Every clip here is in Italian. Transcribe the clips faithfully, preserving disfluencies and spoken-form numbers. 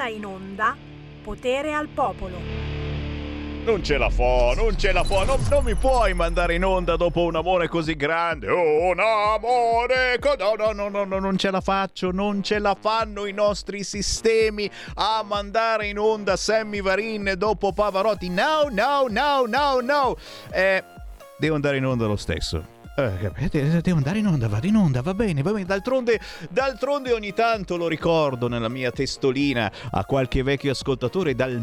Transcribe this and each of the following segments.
ora in onda Potere al Popolo. Non ce la fa, non ce la fa, non, non mi puoi mandare in onda dopo un amore così grande. Oh, un amore, co- no, no, no, no, no, non ce la faccio, non ce la fanno i nostri sistemi a mandare in onda Sammy Varin dopo Pavarotti. No, no, no, no, no. Eh, devo andare in onda lo stesso. Eh, devo andare in onda, vado in onda, va bene, va bene. D'altronde, d'altronde ogni tanto lo ricordo nella mia testolina a qualche vecchio ascoltatore dal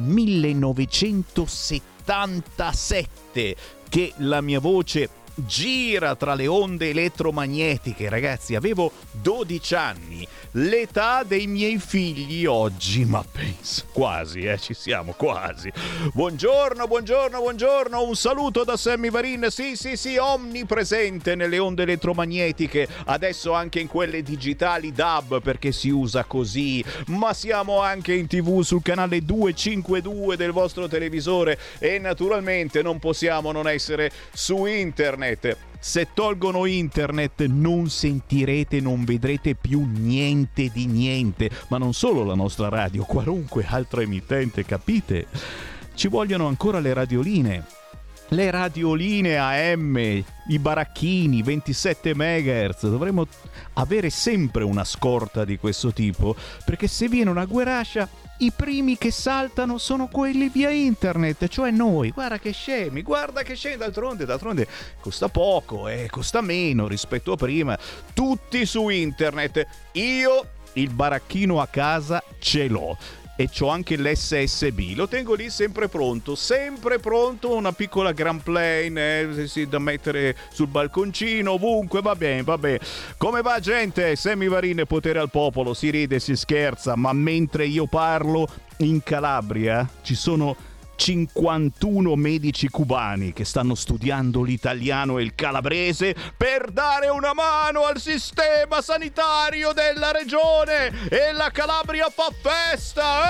millenovecentosettantasette che la mia voce gira tra le onde elettromagnetiche. Ragazzi, avevo dodici anni, l'età dei miei figli oggi, ma penso, quasi, eh, ci siamo quasi. Buongiorno, buongiorno, buongiorno, un saluto da Sammy Varin, sì, sì, sì, omnipresente nelle onde elettromagnetiche, adesso anche in quelle digitali D A B, perché si usa così, ma siamo anche in tv sul canale duecentocinquantadue del vostro televisore e naturalmente non possiamo non essere su internet. Se tolgono internet non sentirete, non vedrete più niente di niente, ma non solo la nostra radio, qualunque altra emittente, capite? Ci vogliono ancora le radioline. Le radioline A M, i baracchini, ventisette megahertz, dovremmo avere sempre una scorta di questo tipo, perché se viene una guerrascia, i primi che saltano sono quelli via internet, cioè noi. Guarda che scemi, guarda che scemi, d'altronde, d'altronde costa poco e eh, costa meno rispetto a prima, tutti su internet. Io il baracchino a casa ce l'ho. E c'ho anche l'esse esse bi, lo tengo lì sempre pronto, sempre pronto, una piccola Grand Plane eh, sì, da mettere sul balconcino, ovunque, va bene, va bene. Come va gente? Sammy Varin, Potere al Popolo, si ride, si scherza, ma mentre io parlo in Calabria ci sono cinquantuno medici cubani che stanno studiando l'italiano e il calabrese per dare una mano al sistema sanitario della regione, e la Calabria fa festa.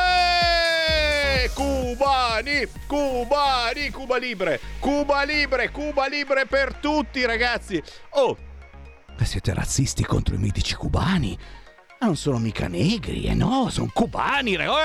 Eeeh! Cubani, cubani, Cuba libre, Cuba libre, Cuba libre per tutti, ragazzi. Oh, siete razzisti contro i medici cubani? Non sono mica negri, eh no, sono cubani, eh,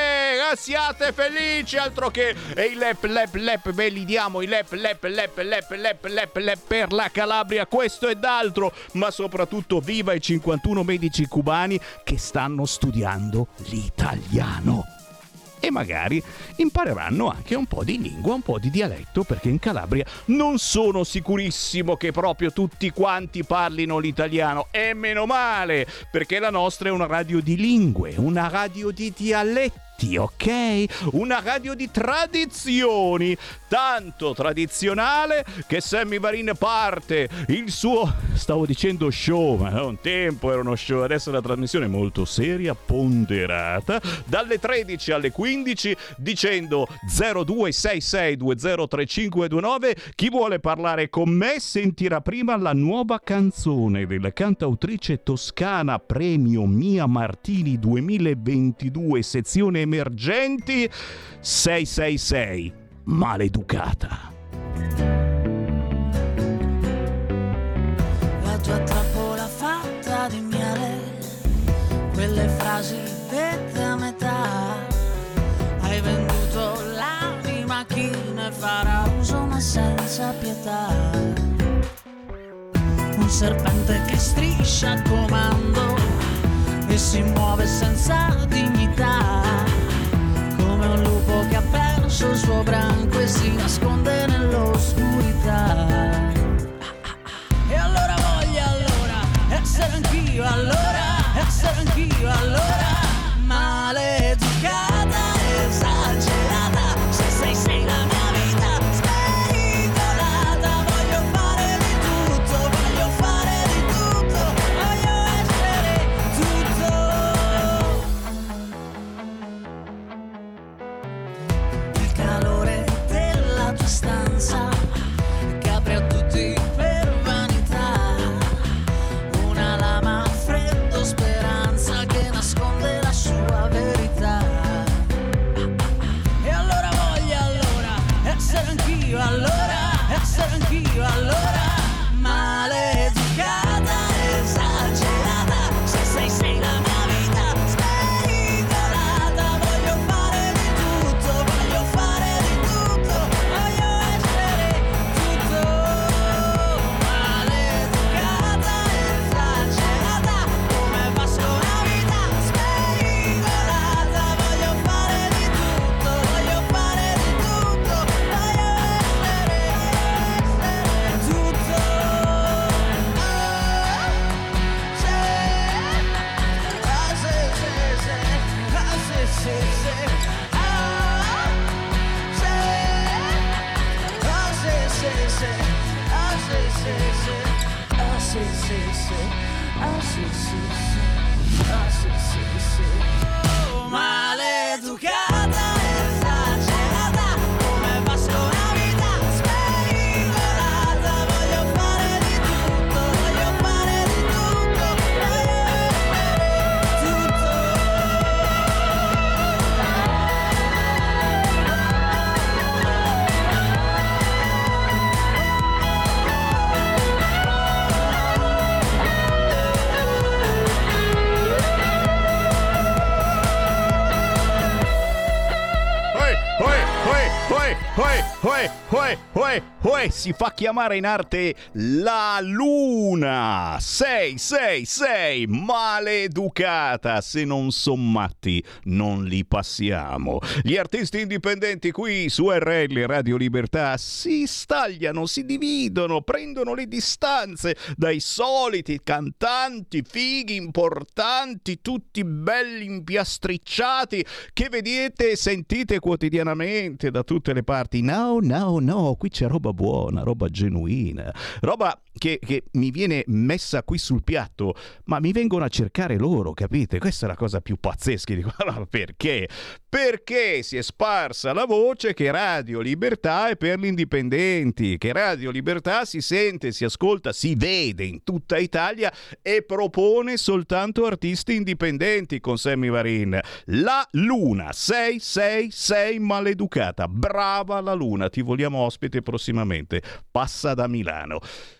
siate felici, altro che e i lep, lep, lep, ve li diamo, i lep, lep, lep, lep, lep, lep, lep per la Calabria, questo ed altro, ma soprattutto viva i cinquantuno medici cubani che stanno studiando l'italiano. E magari impareranno anche un po' di lingua, un po' di dialetto, perché in Calabria non sono sicurissimo che proprio tutti quanti parlino l'italiano. E meno male, perché la nostra è una radio di lingue, una radio di dialetti. Ok? Una radio di tradizioni, tanto tradizionale che Sammy Varin parte il suo, stavo dicendo show, ma un tempo era uno show, adesso è una trasmissione molto seria, ponderata, dalle tredici alle quindici, dicendo zero due sei sei due zero tre cinque due nove. Chi vuole parlare con me sentirà prima la nuova canzone della cantautrice toscana premio Mia Martini duemilaventidue sezione emergenti sei sei sei Maleducata. La tua trappola fatta di miele, quelle frasi dette a metà, hai venduto l'anima a chi ne farà uso ma senza pietà, un serpente che striscia a comando e si muove senza dignità, come un lupo che ha perso il suo branco e si nasconde nell'oscurità. E allora voglio allora essere anch'io, allora essere anch'io, allora maleducata, esagerata, se sei sei la mia vita spericolata, voglio fare di tutto, voglio fare di tutto, voglio essere tutto. Il calore della tua stanza che apre a tutti per vanità, una lama a freddo speranza che nasconde la sua verità. uè, uè, uè, uè, uè, si fa chiamare in arte la Luna. sei sei sei, maleducata. Se non son matti, non li passiamo. Gli artisti indipendenti qui su R L Radio Libertà si stagliano, si dividono, prendono le distanze dai soliti cantanti fighi, importanti, tutti belli impiastricciati che vedete e sentite quotidianamente da tutte le parti. No, no, no, qui c'è roba buona, roba genuina, roba che, che mi viene messa qui sul piatto, ma mi vengono a cercare loro, capite? Questa è la cosa più pazzesca. Dico, allora, perché? Perché si è sparsa la voce che Radio Libertà è per gli indipendenti, che Radio Libertà si sente, si ascolta, si vede in tutta Italia e propone soltanto artisti indipendenti con Sammy Varin. La Luna, sei sei sei, maleducata, brava la Luna, ti vogliamo ospite prossimamente, passa da Milano.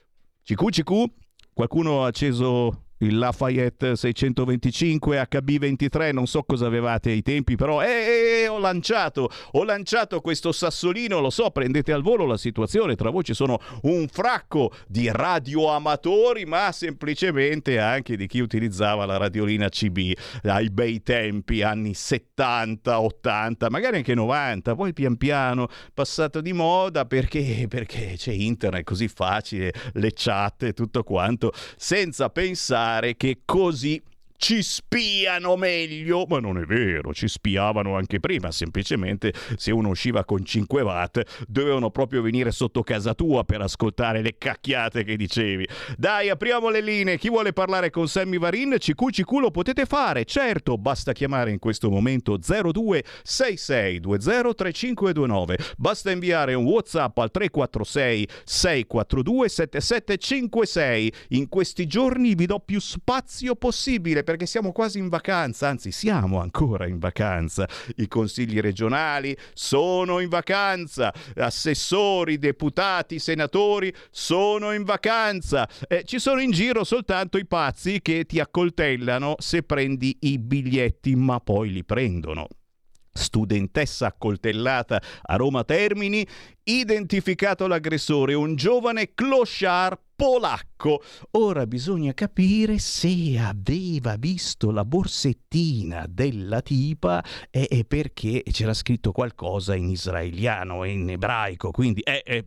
C Q C Q, qualcuno ha acceso il Lafayette seicentoventicinque H B ventitré, non so cosa avevate ai tempi, però eh, eh, ho lanciato ho lanciato questo sassolino, lo so, prendete al volo la situazione, tra voi ci sono un fracco di radioamatori, ma semplicemente anche di chi utilizzava la radiolina C B ai bei tempi, anni settanta, ottanta, magari anche novanta, poi pian piano passato di moda perché perché c'è internet, così facile, le chat e tutto quanto, senza pensare che così ci spiano meglio, ma non è vero, ci spiavano anche prima, semplicemente se uno usciva con cinque watt dovevano proprio venire sotto casa tua per ascoltare le cacchiate che dicevi. Dai, apriamo le linee, chi vuole parlare con Sammy Varin, C Q C Q lo potete fare, certo, basta chiamare in questo momento zero due sei sei due zero tre cinque due nove, basta inviare un WhatsApp al tre quattro sei sei quattro due sette sette cinque sei. In questi giorni vi do più spazio possibile perché siamo quasi in vacanza, anzi siamo ancora in vacanza, i consigli regionali sono in vacanza, assessori, deputati, senatori sono in vacanza, eh, ci sono in giro soltanto i pazzi che ti accoltellano se prendi i biglietti, ma poi li prendono. Studentessa accoltellata a Roma Termini, identificato l'aggressore, un giovane clochard polacco. Ora bisogna capire se aveva visto la borsettina della tipa e, e perché c'era scritto qualcosa in israeliano e in ebraico, quindi eh, eh,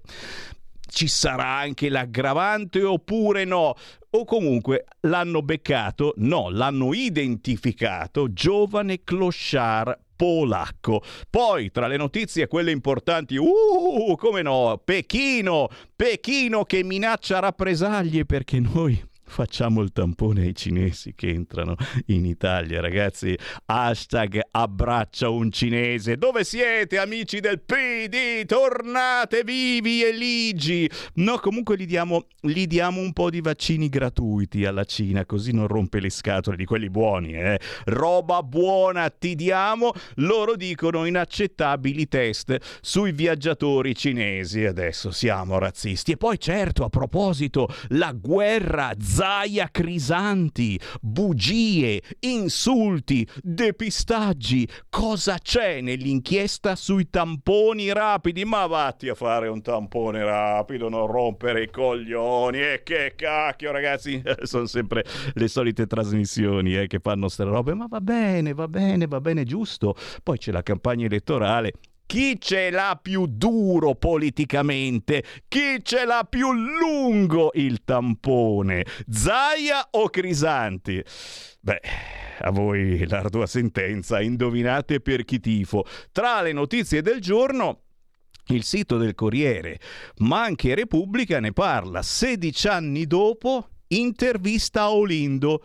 ci sarà anche l'aggravante oppure no? O comunque l'hanno beccato? No, l'hanno identificato, giovane clochard polacco. Poi tra le notizie quelle importanti, uh, come no, Pechino, Pechino che minaccia rappresaglie perché noi facciamo il tampone ai cinesi che entrano in Italia, ragazzi. Hashtag abbraccia un cinese. Dove siete, amici del P D? Tornate vivi e ligi. No, comunque gli diamo, gli diamo un po' di vaccini gratuiti alla Cina, così non rompe le scatole, di quelli buoni, eh. Roba buona ti diamo. Loro dicono inaccettabili test sui viaggiatori cinesi. Adesso siamo razzisti. E poi certo, a proposito, la guerra, Zaia Crisanti, bugie, insulti, depistaggi. Cosa c'è nell'inchiesta sui tamponi rapidi? Ma vatti a fare un tampone rapido, non rompere i coglioni. E che cacchio, ragazzi, sono sempre le solite trasmissioni eh, che fanno ste robe. Ma va bene, va bene, va bene, giusto. Poi c'è la campagna elettorale. Chi ce l'ha più duro politicamente? Chi ce l'ha più lungo il tampone? Zaia o Crisanti? Beh, a voi l'ardua sentenza, indovinate per chi tifo. Tra le notizie del giorno, il sito del Corriere, ma anche Repubblica ne parla. sedici anni dopo, intervista a Olindo.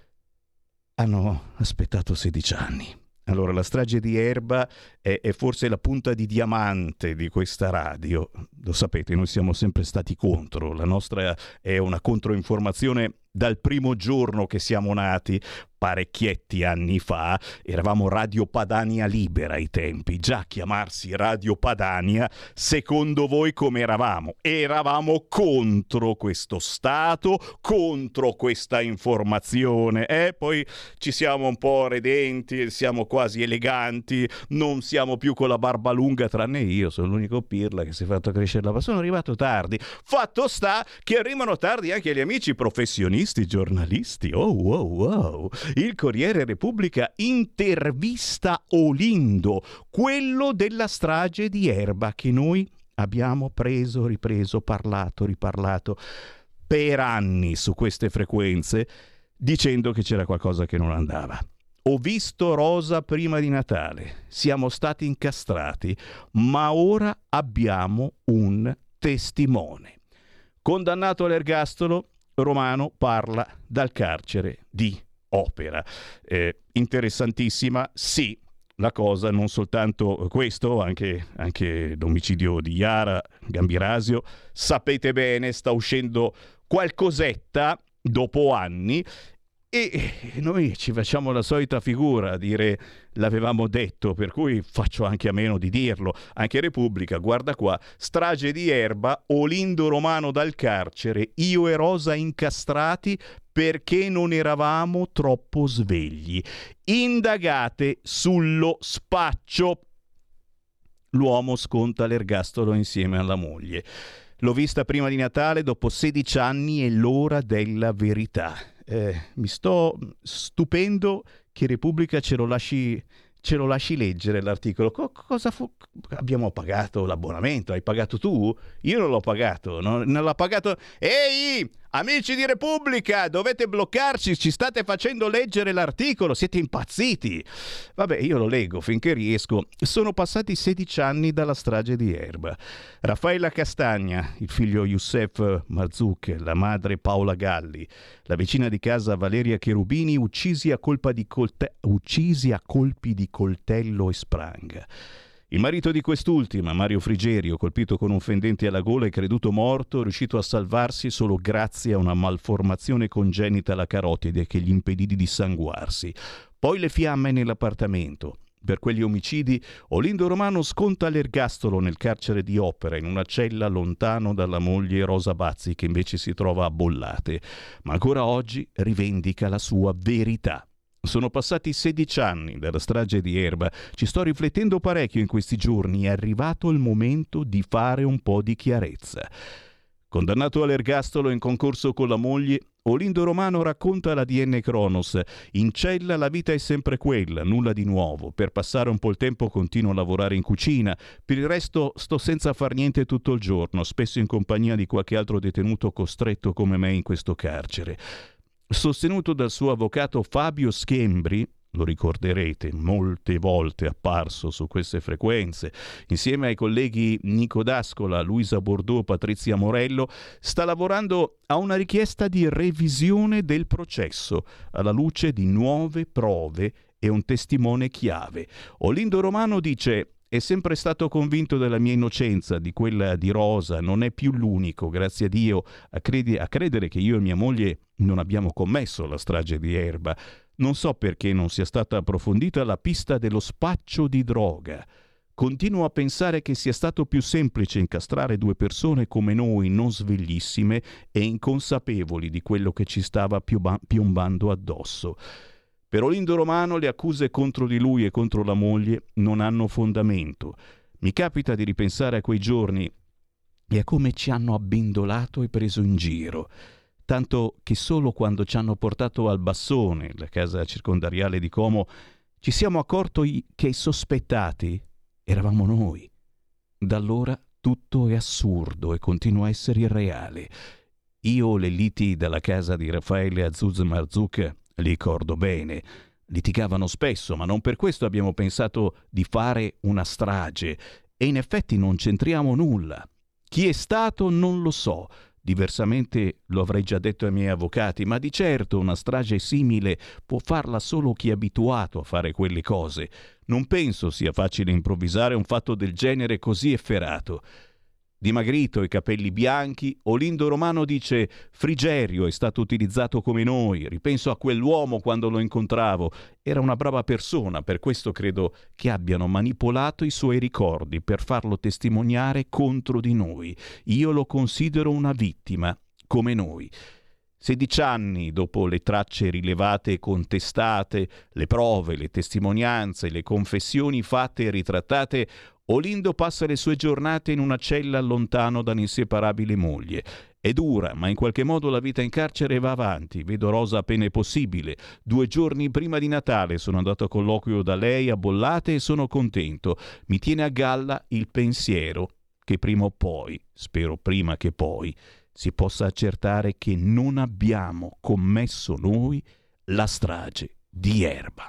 Hanno aspettato sedici anni. Allora, la strage di Erba è, è forse la punta di diamante di questa radio. Lo sapete, noi siamo sempre stati contro. La nostra è una controinformazione dal primo giorno che siamo nati, parecchietti anni fa, eravamo Radio Padania Libera ai tempi. Già chiamarsi Radio Padania, secondo voi come eravamo? Eravamo contro questo Stato, contro questa informazione, eh? Poi ci siamo un po' redenti, siamo quasi eleganti, non siamo più con la barba lunga, tranne io, sono l'unico pirla che si è fatto crescere la barba. Sono arrivato tardi. Fatto sta che arrivano tardi anche gli amici professionisti, giornalisti. Oh, wow, wow. Il Corriere Repubblica intervista Olindo, quello della strage di Erba, che noi abbiamo preso, ripreso, parlato, riparlato per anni su queste frequenze, dicendo che c'era qualcosa che non andava. Ho visto Rosa prima di Natale, siamo stati incastrati, ma ora abbiamo un testimone. Condannato all'ergastolo, Romano parla dal carcere di Opera. Eh, interessantissima, sì, la cosa, non soltanto questo, anche, anche l'omicidio di Yara Gambirasio, sapete bene, sta uscendo qualcosetta dopo anni e noi ci facciamo la solita figura a dire l'avevamo detto, per cui faccio anche a meno di dirlo. Anche Repubblica, guarda qua, strage di Erba, Olindo Romano dal carcere, io e Rosa incastrati perché non eravamo troppo svegli. Indagate sullo spaccio. L'uomo sconta l'ergastolo insieme alla moglie. L'ho vista prima di Natale, dopo sedici anni è l'ora della verità. Eh, mi sto stupendo che Repubblica ce lo lasci, ce lo lasci leggere l'articolo. Co- cosa fu? Abbiamo pagato l'abbonamento, hai pagato tu? Io non l'ho pagato, non, non l'ho pagato. Ehi, amici di Repubblica, dovete bloccarci, ci state facendo leggere l'articolo, siete impazziti. Vabbè, io lo leggo finché riesco. Sono passati sedici anni dalla strage di Erba. Raffaella Castagna, il figlio Youssef Marzouk, la madre Paola Galli, la vicina di casa Valeria Cherubini, uccisi a, colpa di colte- uccisi a colpi di coltello e spranga. Il marito di quest'ultima, Mario Frigerio, colpito con un fendente alla gola e creduto morto, è riuscito a salvarsi solo grazie a una malformazione congenita alla carotide che gli impedì di dissanguarsi. Poi le fiamme nell'appartamento. Per quegli omicidi, Olindo Romano sconta l'ergastolo nel carcere di Opera, in una cella lontano dalla moglie Rosa Bazzi, che invece si trova a Bollate. Ma ancora oggi rivendica la sua verità. Sono passati sedici anni dalla strage di Erba, ci sto riflettendo parecchio in questi giorni, è arrivato il momento di fare un po' di chiarezza. Condannato all'ergastolo in concorso con la moglie, Olindo Romano racconta alla D N Cronos: in cella la vita è sempre quella, nulla di nuovo, per passare un po' il tempo continuo a lavorare in cucina, per il resto sto senza far niente tutto il giorno, spesso in compagnia di qualche altro detenuto costretto come me in questo carcere. Sostenuto dal suo avvocato Fabio Schembri, lo ricorderete, molte volte apparso su queste frequenze, insieme ai colleghi Nico D'Ascola, Luisa Bordeaux, Patrizia Morello, sta lavorando a una richiesta di revisione del processo, alla luce di nuove prove e un testimone chiave. Olindo Romano dice: è sempre stato convinto della mia innocenza, di quella di Rosa, non è più l'unico, grazie a Dio, a, credi- a credere che io e mia moglie non abbiamo commesso la strage di Erba. Non so perché non sia stata approfondita la pista dello spaccio di droga. Continuo a pensare che sia stato più semplice incastrare due persone come noi, non sveglissime e inconsapevoli di quello che ci stava piomba- piombando addosso. Per Olindo Romano le accuse contro di lui e contro la moglie non hanno fondamento. Mi capita di ripensare a quei giorni e a come ci hanno abbindolato e preso in giro. Tanto che solo quando ci hanno portato al Bassone, la casa circondariale di Como, ci siamo accorti che i sospettati eravamo noi. Da allora tutto è assurdo e continua a essere irreale. Io le liti dalla casa di Raffaele Azuz Marzouk li ricordo bene. Litigavano spesso, ma non per questo abbiamo pensato di fare una strage. E in effetti non c'entriamo nulla. Chi è stato non lo so. Diversamente lo avrei già detto ai miei avvocati, ma di certo una strage simile può farla solo chi è abituato a fare quelle cose. Non penso sia facile improvvisare un fatto del genere così efferato. Dimagrito, i capelli bianchi, Olindo Romano dice Frigerio è stato utilizzato come noi, ripenso a quell'uomo quando lo incontravo, era una brava persona, per questo credo che abbiano manipolato i suoi ricordi per farlo testimoniare contro di noi. Io lo considero una vittima, come noi. sedici anni dopo le tracce rilevate e contestate, le prove, le testimonianze, le confessioni fatte e ritrattate, Olindo passa le sue giornate in una cella lontano dall'inseparabile moglie. È dura, ma in qualche modo la vita in carcere va avanti. Vedo Rosa appena è possibile. Due giorni prima di Natale sono andato a colloquio da lei a Bollate e sono contento. Mi tiene a galla il pensiero che prima o poi, spero prima che poi, si possa accertare che non abbiamo commesso noi la strage di Erba.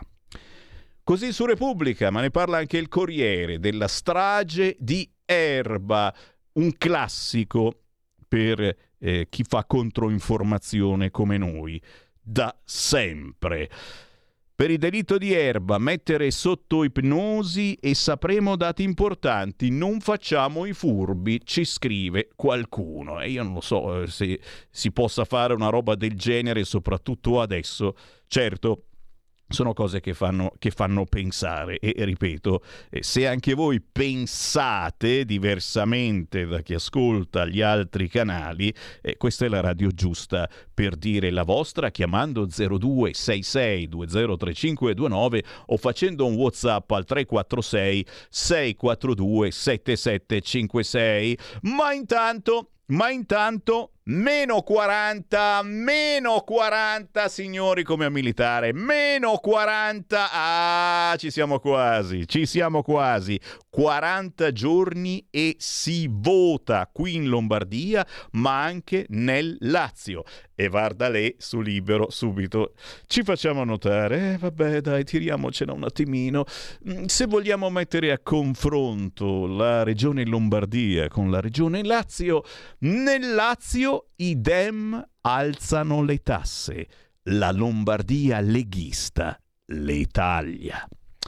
Così su Repubblica, ma ne parla anche il Corriere, della strage di Erba, un classico per eh, chi fa controinformazione come noi, da sempre. Per il delitto di Erba, mettere sotto ipnosi e sapremo dati importanti, non facciamo i furbi, ci scrive qualcuno. E io non lo so se si possa fare una roba del genere, soprattutto adesso. Certo, sono cose che fanno, che fanno pensare e, e ripeto, eh, se anche voi pensate diversamente da chi ascolta gli altri canali, eh, questa è la radio giusta per dire la vostra, chiamando zero due sei sei due zero tre cinque due nove o facendo un WhatsApp al tre quattro sei sei quattro due sette sette cinque sei. Ma intanto Ma intanto meno quaranta, meno quaranta signori, come a militare, meno quaranta, ah ci siamo quasi, ci siamo quasi, quaranta giorni e si vota qui in Lombardia ma anche nel Lazio. E Vardalè su Libero subito ci facciamo notare, eh, vabbè dai tiriamocela un attimino, se vogliamo mettere a confronto la regione Lombardia con la regione Lazio, nel Lazio i Dem alzano le tasse, la Lombardia leghista le taglia.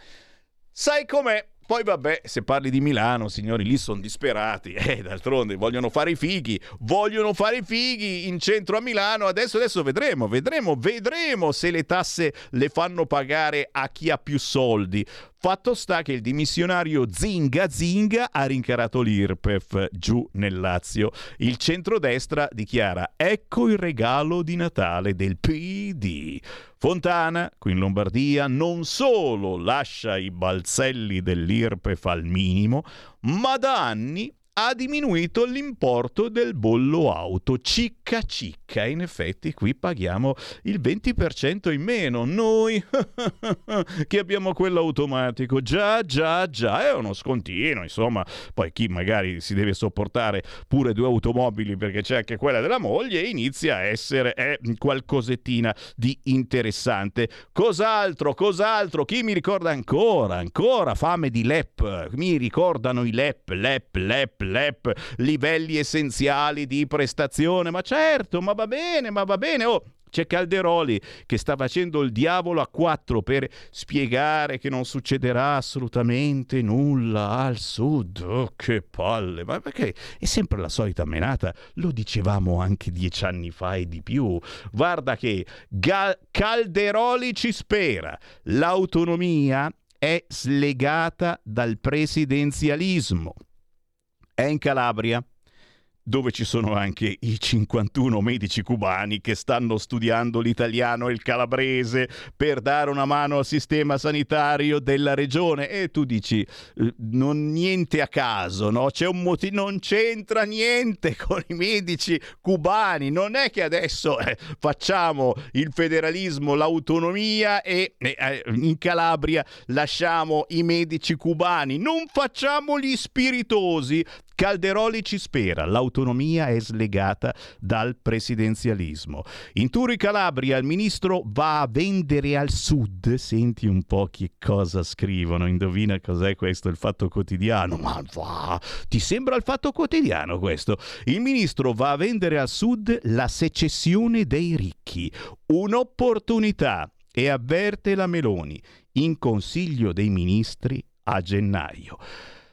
Sai com'è? Poi vabbè, se parli di Milano, signori, lì sono disperati, eh, d'altronde vogliono fare i fighi, vogliono fare i fighi in centro a Milano, adesso adesso vedremo, vedremo, vedremo se le tasse le fanno pagare a chi ha più soldi. Fatto sta che il dimissionario Zinga Zinga ha rincarato l'I R P E F giù nel Lazio. Il centrodestra dichiara: ecco il regalo di Natale del P D. Fontana, qui in Lombardia, non solo lascia i balzelli dell'I R P E F al minimo, ma da anni ha diminuito l'importo del bollo auto. Cicca cicca, in effetti qui paghiamo il venti per cento in meno, noi che abbiamo quello automatico. Già, già, già, è uno scontino, insomma. Poi chi magari si deve sopportare pure due automobili perché c'è anche quella della moglie, inizia a essere eh, qualcosettina di interessante. Cos'altro, cos'altro? Chi mi ricorda ancora, ancora fame di L E P? Mi ricordano i L E P, L E P, L E P, L E P, livelli essenziali di prestazione. Ma certo, ma va bene, ma va bene. Oh, c'è Calderoli che sta facendo il diavolo a quattro per spiegare che non succederà assolutamente nulla al sud. Oh, che palle, ma perché è sempre la solita menata, lo dicevamo anche dieci anni fa e di più. Guarda che Ga- Calderoli ci spera, l'autonomia è slegata dal presidenzialismo. È in Calabria, dove ci sono anche i cinquantuno medici cubani che stanno studiando l'italiano e il calabrese per dare una mano al sistema sanitario della regione. E tu dici, non niente a caso, no? C'è un motivo, non c'entra niente con i medici cubani. Non è che adesso eh, facciamo il federalismo, l'autonomia e eh, in Calabria lasciamo i medici cubani. Non facciamo gli spiritosi. Calderoli ci spera, l'autonomia è slegata dal presidenzialismo. In Turi Calabria il ministro va a vendere al sud, senti un po' che cosa scrivono, indovina cos'è questo, il Fatto Quotidiano, ma va, ti sembra il Fatto Quotidiano questo? Il ministro va a vendere al sud la secessione dei ricchi, un'opportunità, e avverte la Meloni, in Consiglio dei Ministri a gennaio.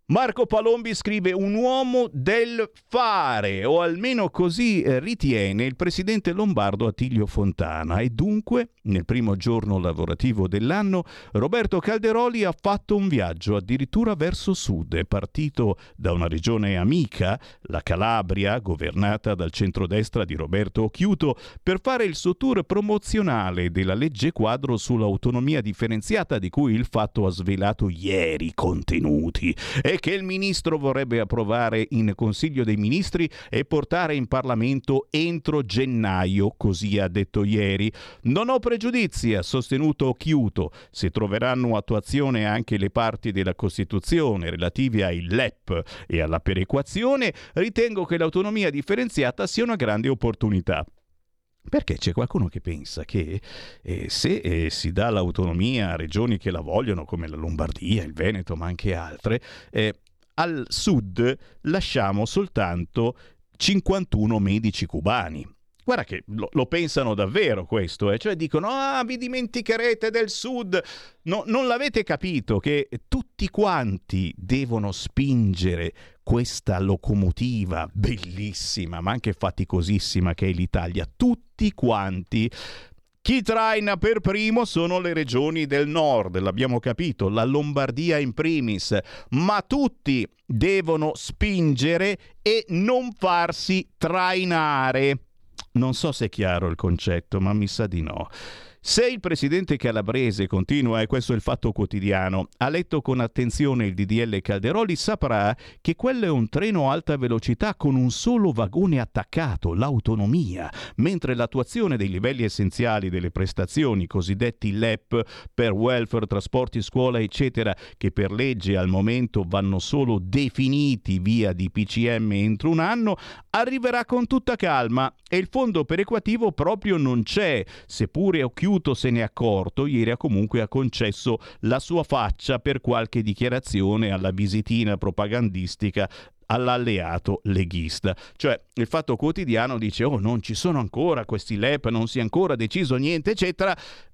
Marco Palombi scrive: un uomo del fare, o almeno così eh, ritiene il presidente lombardo Attilio Fontana, e dunque nel primo giorno lavorativo dell'anno Roberto Calderoli ha fatto un viaggio addirittura verso sud. È partito da una regione amica, la Calabria, governata dal centrodestra di Roberto Occhiuto, per fare il suo tour promozionale della legge quadro sull'autonomia differenziata, di cui il Fatto ha svelato ieri i contenuti e che il ministro vorrebbe approvare in Consiglio dei Ministri e portare in Parlamento entro gennaio, così ha detto ieri. Non ho pregiudizi, ha sostenuto Occhiuto, se troveranno attuazione anche le parti della Costituzione relative ai L E P e alla perequazione, ritengo che l'autonomia differenziata sia una grande opportunità. Perché c'è qualcuno che pensa che eh, se eh, si dà l'autonomia a regioni che la vogliono, come la Lombardia, il Veneto, ma anche altre, eh, al sud lasciamo soltanto cinquantuno medici cubani. Guarda che lo, lo pensano davvero questo, eh? Cioè dicono: ah, vi dimenticherete del sud. No, non l'avete capito che tutti quanti devono spingere questa locomotiva bellissima, ma anche faticosissima, che è l'Italia. Tutti quanti. Chi traina per primo sono le regioni del nord, l'abbiamo capito, la Lombardia in primis, ma tutti devono spingere e non farsi trainare. Non so se è chiaro il concetto, ma mi sa di no. Se il presidente calabrese continua, e questo è il Fatto Quotidiano, ha letto con attenzione il D D L Calderoli, saprà che quello è un treno a alta velocità con un solo vagone attaccato, l'autonomia, mentre l'attuazione dei livelli essenziali delle prestazioni, cosiddetti L E P, per welfare, trasporti, scuola, eccetera, che per legge al momento vanno solo definiti via D P C M entro un anno, arriverà con tutta calma, e il fondo perequativo proprio non c'è, seppure Occhiuto se ne è accorto. Ieri ha comunque ha concesso la sua faccia per qualche dichiarazione alla visitina propagandistica all'alleato leghista. Cioè, il Fatto Quotidiano dice: oh, non ci sono ancora questi L E P, non si è ancora deciso niente, eccetera.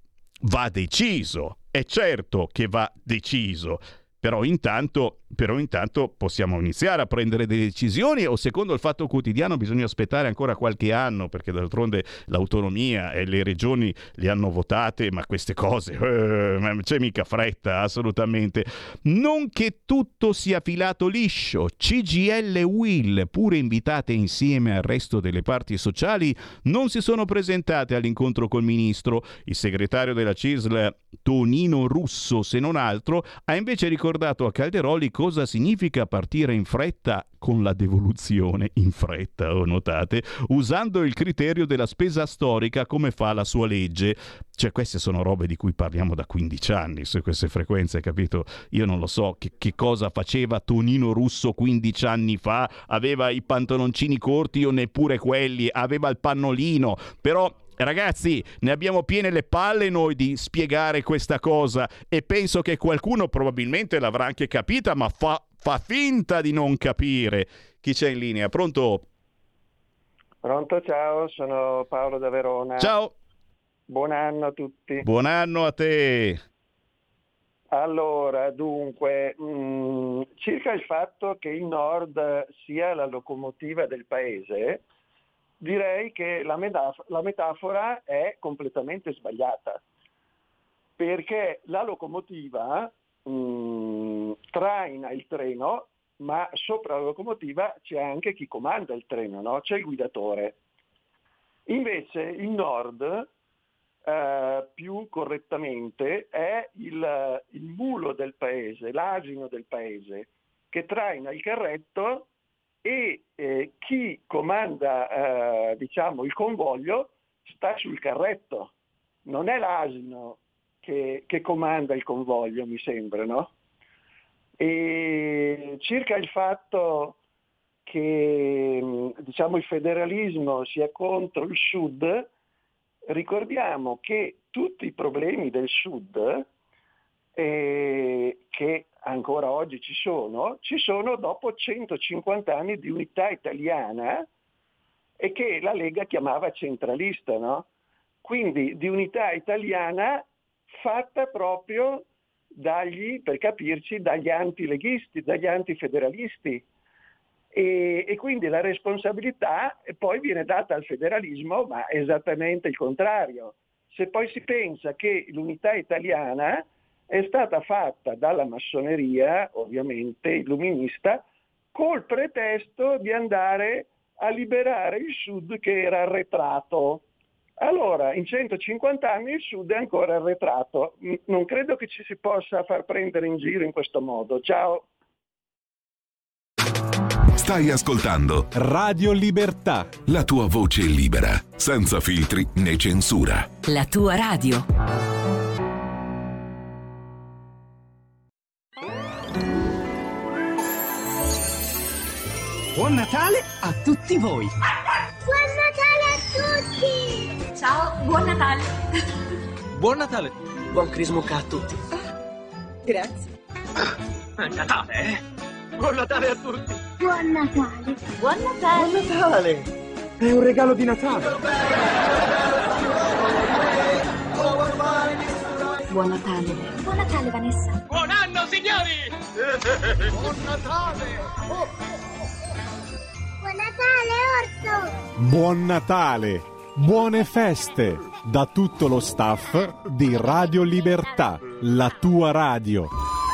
Va deciso, è certo che va deciso. Però intanto, però intanto possiamo iniziare a prendere delle decisioni, o secondo il Fatto Quotidiano bisogna aspettare ancora qualche anno, perché d'altronde l'autonomia e le regioni le hanno votate, ma queste cose eh, non c'è mica fretta, assolutamente. Non che tutto sia filato liscio. C G I L e U I L, pure invitate insieme al resto delle parti sociali, non si sono presentate all'incontro col ministro. Il segretario della C I S L, Tonino Russo, se non altro, ha invece ricordato a Calderoli cosa significa partire in fretta con la devoluzione, in fretta, oh, notate, usando il criterio della spesa storica come fa la sua legge. Cioè, queste sono robe di cui parliamo da quindici anni, su queste frequenze, capito? Io non lo so che, che cosa faceva Tonino Russo quindici anni fa, aveva i pantaloncini corti o neppure quelli, aveva il pannolino, però... Ragazzi, ne abbiamo piene le palle noi di spiegare questa cosa, e penso che qualcuno probabilmente l'avrà anche capita, ma fa, fa finta di non capire. Chi c'è in linea? Pronto? Pronto, ciao, sono Paolo da Verona. Ciao. Buon anno a tutti. Buon anno a te. Allora, dunque, mh, circa il fatto che il Nord sia la locomotiva del paese, direi che la, metaf- la metafora è completamente sbagliata, perché la locomotiva mh, traina il treno, ma sopra la locomotiva c'è anche chi comanda il treno, no? C'è il guidatore. Invece il Nord, eh, più correttamente, è il, il mulo del paese, l'asino del paese, che traina il carretto, e eh, chi comanda eh, diciamo il convoglio sta sul carretto, non è l'asino che, che comanda il convoglio, mi sembra, no? E circa il fatto che diciamo il federalismo sia contro il Sud, ricordiamo che tutti i problemi del Sud, eh, che ancora oggi ci sono, ci sono dopo centocinquanta anni di unità italiana, e che la Lega chiamava centralista, no? Quindi di unità italiana fatta proprio dagli, per capirci, dagli antileghisti, dagli antifederalisti. E, e quindi la responsabilità poi viene data al federalismo, ma è esattamente il contrario. Se poi si pensa che l'unità italiana è stata fatta dalla massoneria, ovviamente illuminista, col pretesto di andare a liberare il Sud che era arretrato. Allora, in centocinquanta anni il Sud è ancora arretrato. Non credo che ci si possa far prendere in giro in questo modo. Ciao. Stai ascoltando Radio Libertà, la tua voce libera, senza filtri né censura. La tua radio. Buon Natale a tutti voi! Buon Natale a tutti! Ciao, buon Natale! Buon Natale! Buon Crismucca a tutti! Grazie! È Natale, eh? Buon Natale a tutti! Buon Natale! Buon Natale! Buon Natale! È un regalo di Natale! Buon Natale! Buon Natale, Vanessa! Buon anno, signori! Buon Natale! Oh. Buon Natale, Orso! buon Natale, buone feste da tutto lo staff di Radio Libertà, la tua radio.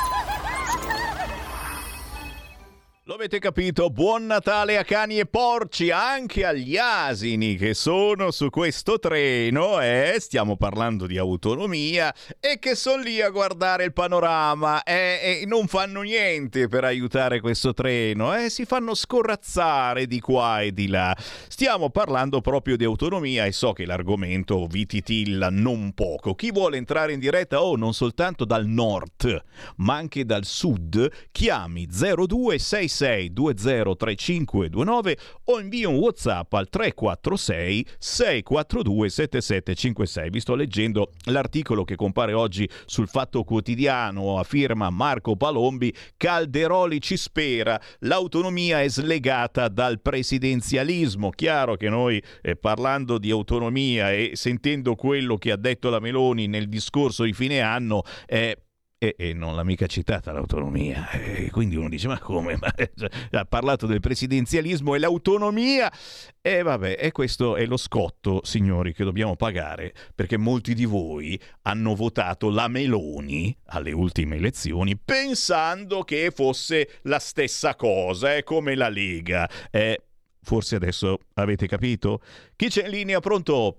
Lo avete capito? Buon Natale a cani e porci, anche agli asini che sono su questo treno, eh? Stiamo parlando di autonomia e che sono lì a guardare il panorama eh? E non fanno niente per aiutare questo treno, eh? Si fanno scorrazzare di qua e di là. Stiamo parlando proprio di autonomia e so che l'argomento vi titilla non poco. Chi vuole entrare in diretta o oh, non soltanto dal nord ma anche dal sud, chiami zero due sei sei due zero tre cinque due nove o invia un WhatsApp al tre quattro sei sei quattro due sette sette cinque sei. Vi sto leggendo l'articolo che compare oggi sul Fatto Quotidiano a firma Marco Palombi. Calderoli ci spera, l'autonomia è slegata dal presidenzialismo. Chiaro che noi eh, parlando di autonomia e sentendo quello che ha detto la Meloni nel discorso di fine anno eh, E, e non l'ha mica citata l'autonomia, e quindi uno dice ma come? Ma, cioè, ha parlato del presidenzialismo e l'autonomia e vabbè, e questo è lo scotto, signori, che dobbiamo pagare perché molti di voi hanno votato la Meloni alle ultime elezioni pensando che fosse la stessa cosa, è come la Lega. Eh, forse adesso avete capito? Chi c'è in linea? Pronto?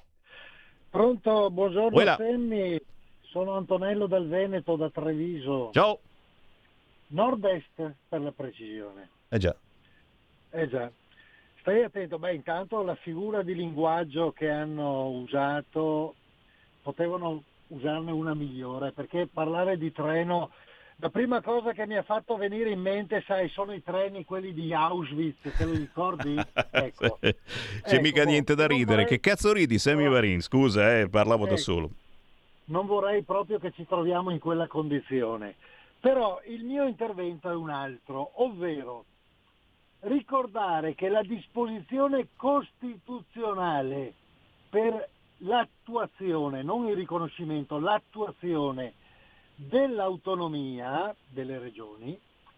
Pronto, buongiorno. Uela. Semmi. Sono Antonello dal Veneto, da Treviso. Ciao. Nord-est, per la precisione. Eh già. Eh già. Stai attento, beh, intanto la figura di linguaggio che hanno usato, potevano usarne una migliore, perché parlare di treno, la prima cosa che mi ha fatto venire in mente, sai, sono i treni, quelli di Auschwitz, te lo ricordi? Ecco. C'è ecco, mica niente da ridere. vorrei... Che cazzo ridi, Sammy Varin? Scusa, eh, parlavo ecco. da solo. Non vorrei proprio che ci troviamo in quella condizione. Però il mio intervento è un altro, ovvero ricordare che la disposizione costituzionale per l'attuazione, non il riconoscimento, l'attuazione dell'autonomia delle regioni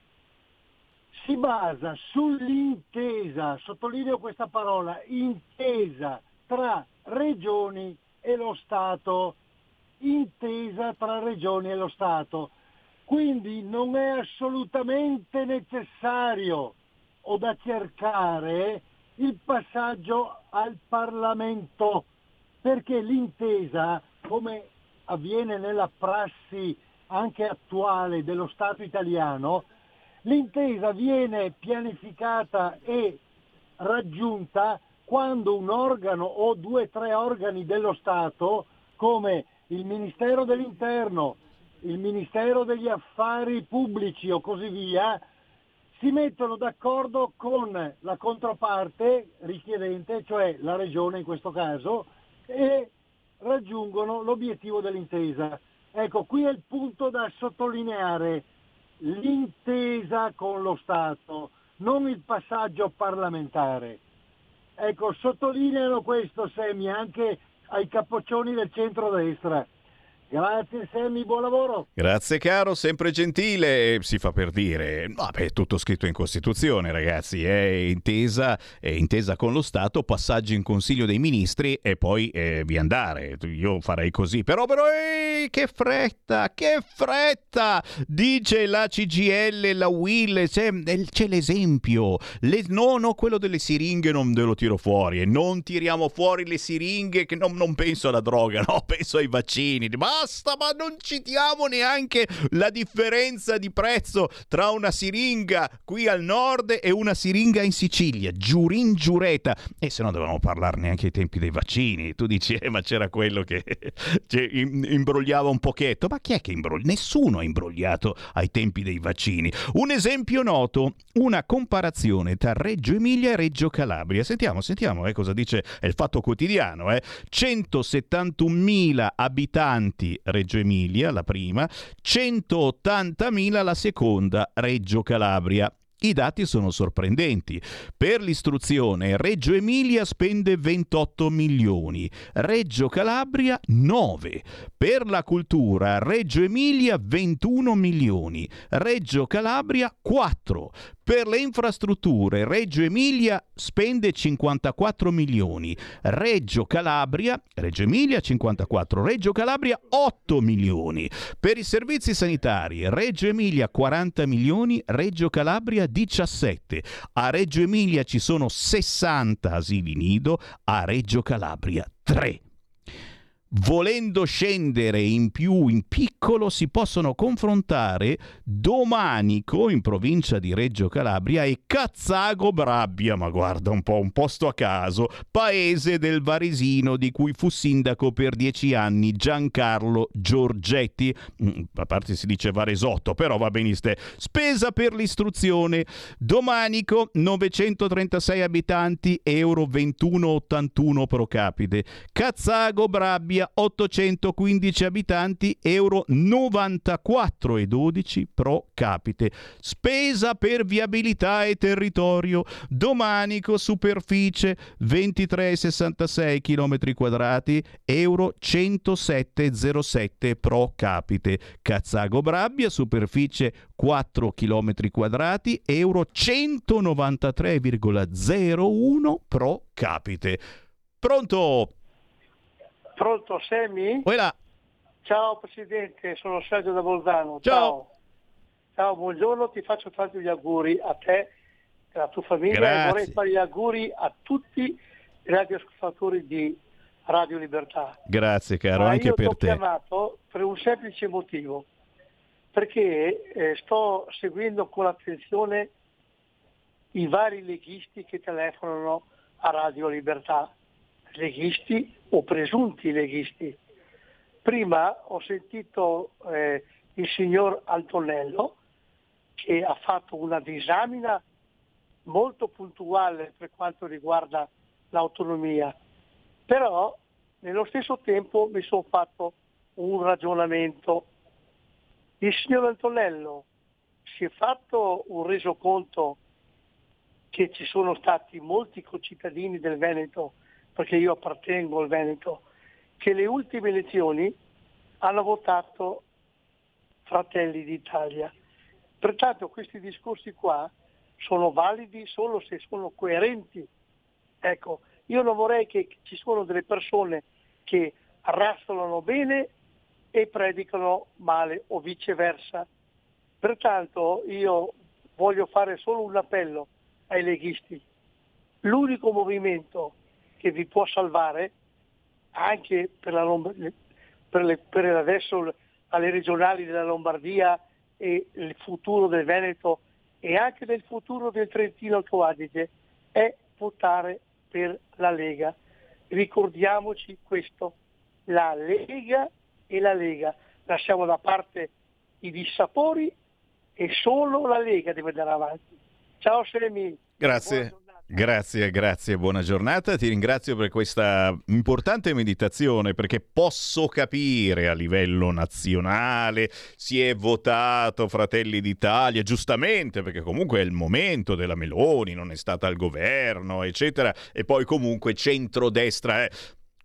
si basa sull'intesa, sottolineo questa parola, intesa tra regioni e lo Stato. Intesa tra regioni e lo Stato, quindi non è assolutamente necessario o da cercare il passaggio al Parlamento, perché l'intesa, come avviene nella prassi anche attuale dello Stato italiano, l'intesa viene pianificata e raggiunta quando un organo o due o tre organi dello Stato, come il Ministero dell'Interno, il Ministero degli Affari Pubblici o così via, si mettono d'accordo con la controparte richiedente, cioè la regione in questo caso, e raggiungono l'obiettivo dell'intesa. Ecco, qui è il punto da sottolineare, l'intesa con lo Stato, non il passaggio parlamentare. Ecco, sottolineano questo, Semi, anche ai capoccioni del centrodestra. Grazie Sammy, buon lavoro. Grazie caro, sempre gentile, si fa per dire. Vabbè, è tutto scritto in Costituzione, ragazzi, è intesa, è intesa con lo Stato, passaggi in Consiglio dei Ministri e poi eh, via andare. Io farei così, però però ehi, che fretta, che fretta! Dice la C G I L, la U I L, c'è, c'è l'esempio. Le, no, no, quello delle siringhe non ve lo tiro fuori e non tiriamo fuori le siringhe, che non, non penso alla droga, no, penso ai vaccini. Basta, ma non citiamo neanche la differenza di prezzo tra una siringa qui al nord e una siringa in Sicilia, giurin giureta. E se no dovevamo parlarne anche ai tempi dei vaccini. Tu dici, eh, ma c'era quello che cioè, imbrogliava un pochetto. Ma chi è che imbroglia? Nessuno ha imbrogliato ai tempi dei vaccini. Un esempio noto, una comparazione tra Reggio Emilia e Reggio Calabria. Sentiamo, sentiamo eh, cosa dice il Fatto Quotidiano. Eh. centosettantunomila abitanti Reggio Emilia, la prima, centottantamila la seconda, Reggio Calabria. I dati sono sorprendenti. Per l'istruzione Reggio Emilia spende ventotto milioni, Reggio Calabria nove. Per la cultura Reggio Emilia ventuno milioni, Reggio Calabria quattro. Per le infrastrutture Reggio Emilia spende cinquantaquattro milioni, Reggio Calabria, Reggio Emilia cinquantaquattro, Reggio Calabria otto milioni. Per i servizi sanitari Reggio Emilia quaranta milioni, Reggio Calabria diciassette. A Reggio Emilia ci sono sessanta asili nido, a Reggio Calabria tre. Volendo scendere in più in piccolo si possono confrontare Domanico in provincia di Reggio Calabria e Cazzago Brabbia, ma guarda un po', un posto a caso, paese del Varesino di cui fu sindaco per dieci anni Giancarlo Giorgetti. Mm, a parte si dice Varesotto, però va benissimo. Spesa per l'istruzione, Domanico novecentotrentasei abitanti, euro ventuno virgola ottantuno pro capite. Cazzago Brabbia ottocentoquindici abitanti, euro novantaquattro virgola dodici pro capite. Spesa per viabilità e territorio, Domanico superficie ventitré virgola sessantasei chilometri quadrati, euro centosette virgola zero sette pro capite. Cazzago Brabbia superficie quattro chilometri quadrati, euro centonovantatré virgola zero uno pro capite. Pronto? Pronto, Sammy? Voilà. Ciao Presidente, sono Sergio da Bolzano. Ciao. Ciao. Ciao, buongiorno, ti faccio tanti gli auguri a te e alla tua famiglia. Grazie. E vorrei fare gli auguri a tutti i radioascoltatori di Radio Libertà. Grazie caro, Ma anche io per ti ho te. chiamato per un semplice motivo, perché eh, sto seguendo con attenzione i vari leghisti che telefonano a Radio Libertà, leghisti o presunti leghisti. Prima ho sentito eh, il signor Antonello che ha fatto una disamina molto puntuale per quanto riguarda l'autonomia, però nello stesso tempo mi sono fatto un ragionamento. Il signor Antonello si è fatto un resoconto che ci sono stati molti concittadini del Veneto, perché io appartengo al Veneto, che le ultime elezioni hanno votato Fratelli d'Italia. Pertanto questi discorsi qua sono validi solo se sono coerenti. Ecco, io non vorrei che ci siano delle persone che razzolano bene e predicano male o viceversa. Pertanto io voglio fare solo un appello ai leghisti. L'unico movimento che vi può salvare anche per, la Lomb- per, le, per adesso alle regionali della Lombardia e il futuro del Veneto e anche del futuro del Trentino Alto Adige è votare per la Lega. Ricordiamoci questo, la Lega e la Lega. Lasciamo da parte i dissapori e solo la Lega deve andare avanti. Ciao Semi. Grazie. Grazie, grazie, buona giornata. Ti ringrazio per questa importante meditazione, perché posso capire a livello nazionale si è votato Fratelli d'Italia, giustamente, perché comunque è il momento della Meloni, non è stata al governo, eccetera, e poi comunque centrodestra. Eh.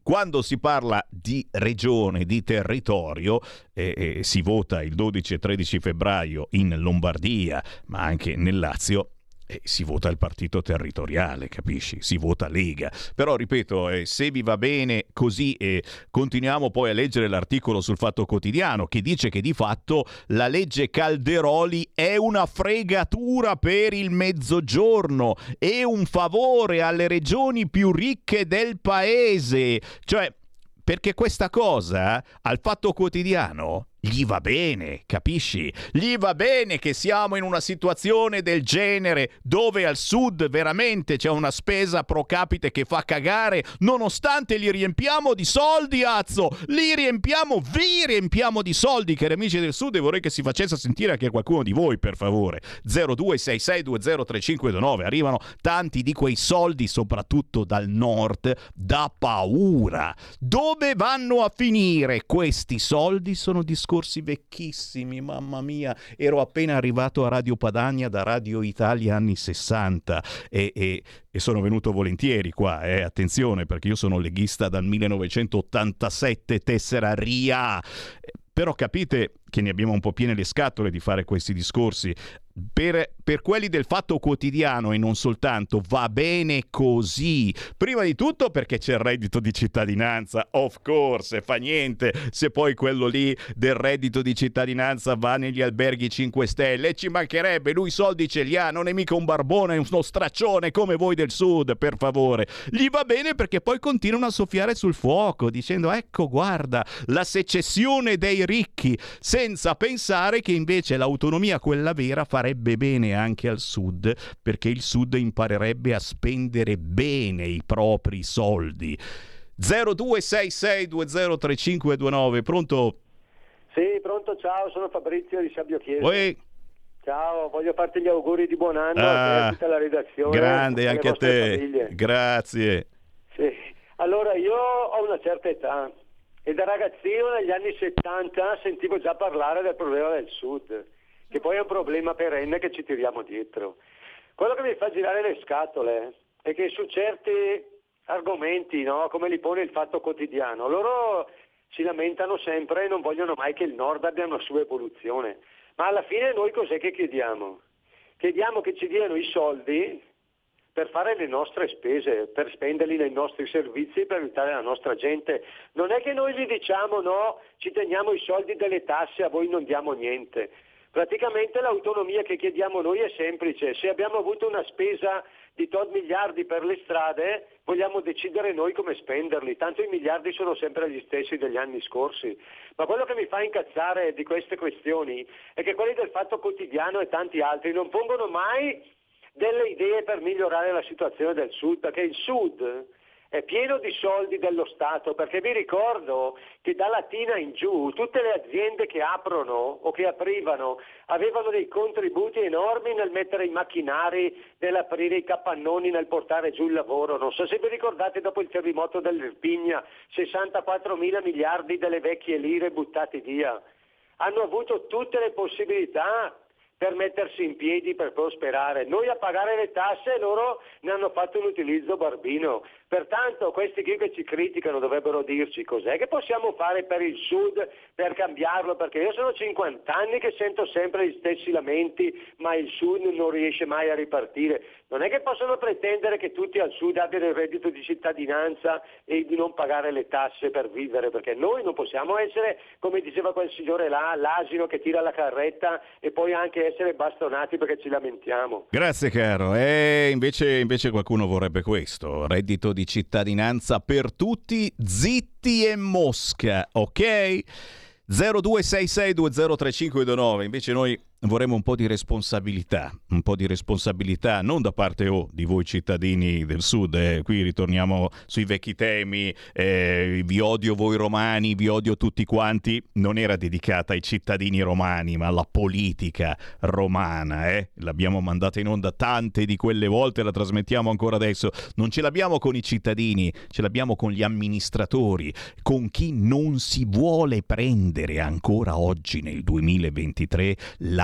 quando si parla di regione, di territorio, eh, eh, si vota il dodici e tredici febbraio in Lombardia, ma anche nel Lazio. Eh, si vota il partito territoriale, capisci? Si vota Lega. Però, ripeto, eh, se vi va bene così, eh, continuiamo poi a leggere l'articolo sul Fatto Quotidiano che dice che di fatto la legge Calderoli è una fregatura per il Mezzogiorno, è un favore alle regioni più ricche del paese. Cioè, perché questa cosa al Fatto Quotidiano gli va bene, capisci? Gli va bene che siamo in una situazione del genere dove al sud veramente c'è una spesa pro capite che fa cagare, nonostante li riempiamo di soldi, azzo! Li riempiamo, vi riempiamo di soldi, cari amici del sud, e vorrei che si facesse sentire anche qualcuno di voi, per favore. zero due sei sei due zero tre cinque due nove. Arrivano tanti di quei soldi, soprattutto dal nord, da paura. Dove vanno a finire questi soldi? Sono discorsi vecchissimi, mamma mia. Ero appena arrivato a Radio Padania da Radio Italia anni sessanta e, e, e sono venuto volentieri qua, eh. Attenzione, perché io sono leghista dal millenovecentottantasette, tessera R I A. Però capite che ne abbiamo un po' piene le scatole di fare questi discorsi. Per, per quelli del Fatto Quotidiano e non soltanto, va bene così. Prima di tutto perché c'è il reddito di cittadinanza, of course, fa niente se poi quello lì del reddito di cittadinanza va negli alberghi cinque stelle, e ci mancherebbe, lui soldi ce li ha, non è mica un barbone, è uno straccione come voi del sud, per favore. Gli va bene perché poi continuano a soffiare sul fuoco dicendo ecco guarda la secessione dei ricchi, senza pensare che invece l'autonomia, quella vera, farebbe bene anche al sud, perché il sud imparerebbe a spendere bene i propri soldi. zero due sei sei due zero tre cinque due nove. Pronto? Sì, pronto, ciao, sono Fabrizio di Sabbio Chiesa. Uè. Ciao, voglio farti gli auguri di buon anno ah, a tutta la redazione. Grande, anche a te. Famiglie. Grazie. Sì. Allora, io ho una certa età e da ragazzino negli anni settanta sentivo già parlare del problema del sud, che poi è un problema perenne che ci tiriamo dietro. Quello che mi fa girare le scatole è che su certi argomenti, no, come li pone il Fatto Quotidiano, loro si lamentano sempre e non vogliono mai che il nord abbia una sua evoluzione. Ma alla fine noi cos'è che chiediamo? Chiediamo che ci diano i soldi per fare le nostre spese, per spenderli nei nostri servizi e per aiutare la nostra gente. Non è che noi gli diciamo no, ci teniamo i soldi delle tasse, a voi non diamo niente. Praticamente l'autonomia che chiediamo noi è semplice: se abbiamo avuto una spesa di tot miliardi per le strade, vogliamo decidere noi come spenderli, tanto i miliardi sono sempre gli stessi degli anni scorsi. Ma quello che mi fa incazzare di queste questioni è che quelli del Fatto Quotidiano e tanti altri non pongono mai delle idee per migliorare la situazione del sud, perché il sud è pieno di soldi dello Stato, perché vi ricordo che da Latina in giù tutte le aziende che aprono o che aprivano avevano dei contributi enormi nel mettere i macchinari, nell'aprire i capannoni, nel portare giù il lavoro. Non so se vi ricordate dopo il terremoto dell'Irpinia, sessantaquattro mila miliardi delle vecchie lire buttati via. Hanno avuto tutte le possibilità per mettersi in piedi, per prosperare. Noi a pagare le tasse e loro ne hanno fatto un utilizzo barbino. Pertanto questi qui che ci criticano dovrebbero dirci cos'è che possiamo fare per il sud per cambiarlo, perché io sono cinquanta anni che sento sempre gli stessi lamenti, ma il sud non riesce mai a ripartire. Non è che possono pretendere che tutti al sud abbiano il reddito di cittadinanza e di non pagare le tasse per vivere, perché noi non possiamo essere, come diceva quel signore là, l'asino che tira la carretta e poi anche essere bastonati perché ci lamentiamo. Grazie caro, e invece, invece qualcuno vorrebbe questo, reddito di cittadinanza per tutti, zitti e mosca, ok? zero due sei sei due zero tre cinque due nove. Invece noi vorremmo un po' di responsabilità, un po' di responsabilità non da parte oh, di voi cittadini del sud, eh. Qui ritorniamo sui vecchi temi, eh, vi odio voi romani, vi odio tutti quanti, non era dedicata ai cittadini romani ma alla politica romana, eh. L'abbiamo mandata in onda tante di quelle volte, la trasmettiamo ancora adesso, non ce l'abbiamo con i cittadini, ce l'abbiamo con gli amministratori, con chi non si vuole prendere ancora oggi nel duemilaventitré la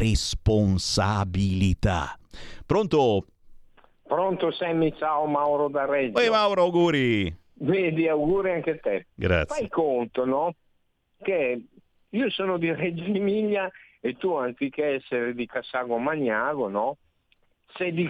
responsabilità. Pronto? Pronto Sammy, ciao, Mauro da Reggio. Ehi Mauro, auguri. Vedi, auguri anche a te. Grazie. Fai conto, no? Che io sono di Reggio Emilia e tu, anziché essere di Cassago Magnago, no? Sei di,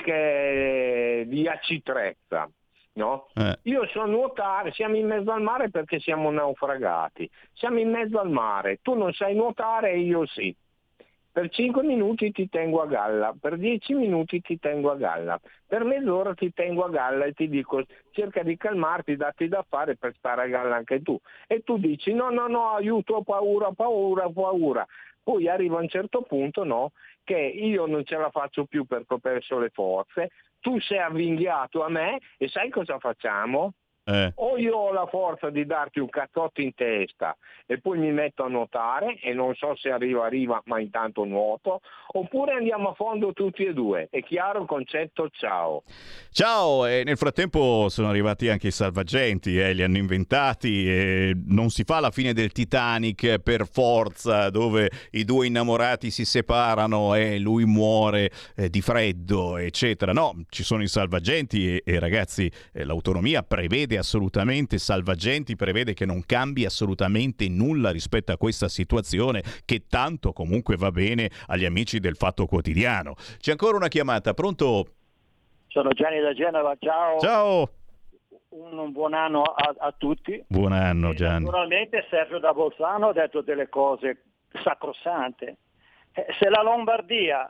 che, di Aci Trezza, no? Eh. Io so nuotare, siamo in mezzo al mare perché siamo naufragati. Siamo in mezzo al mare, tu non sai nuotare e io sì. Per cinque minuti ti tengo a galla, per dieci minuti ti tengo a galla, per mezz'ora ti tengo a galla e ti dico cerca di calmarti, datti da fare per stare a galla anche tu. E tu dici no, no, no, aiuto, ho paura, paura, paura. Poi arriva a un certo punto, no, che io non ce la faccio più perché ho perso le forze, tu sei avvinghiato a me e sai cosa facciamo? Eh. O io ho la forza di darti un cazzotto in testa e poi mi metto a nuotare e non so se arriva arriva ma intanto nuoto, oppure andiamo a fondo tutti e due. È chiaro il concetto? Ciao. Ciao, e nel frattempo sono arrivati anche i salvagenti, eh, li hanno inventati e non si fa la fine del Titanic per forza, dove i due innamorati si separano e lui muore eh, di freddo, eccetera. No, ci sono i salvagenti e, e ragazzi, eh, l'autonomia prevede assolutamente, salvagenti prevede che non cambi assolutamente nulla rispetto a questa situazione che tanto comunque va bene agli amici del Fatto Quotidiano. C'è ancora una chiamata, pronto? Sono Gianni da Genova, ciao. Ciao. Un, un buon anno a, a tutti. Buon anno Gianni. Naturalmente Sergio da Bolzano ha detto delle cose sacrosante. Eh, se la Lombardia,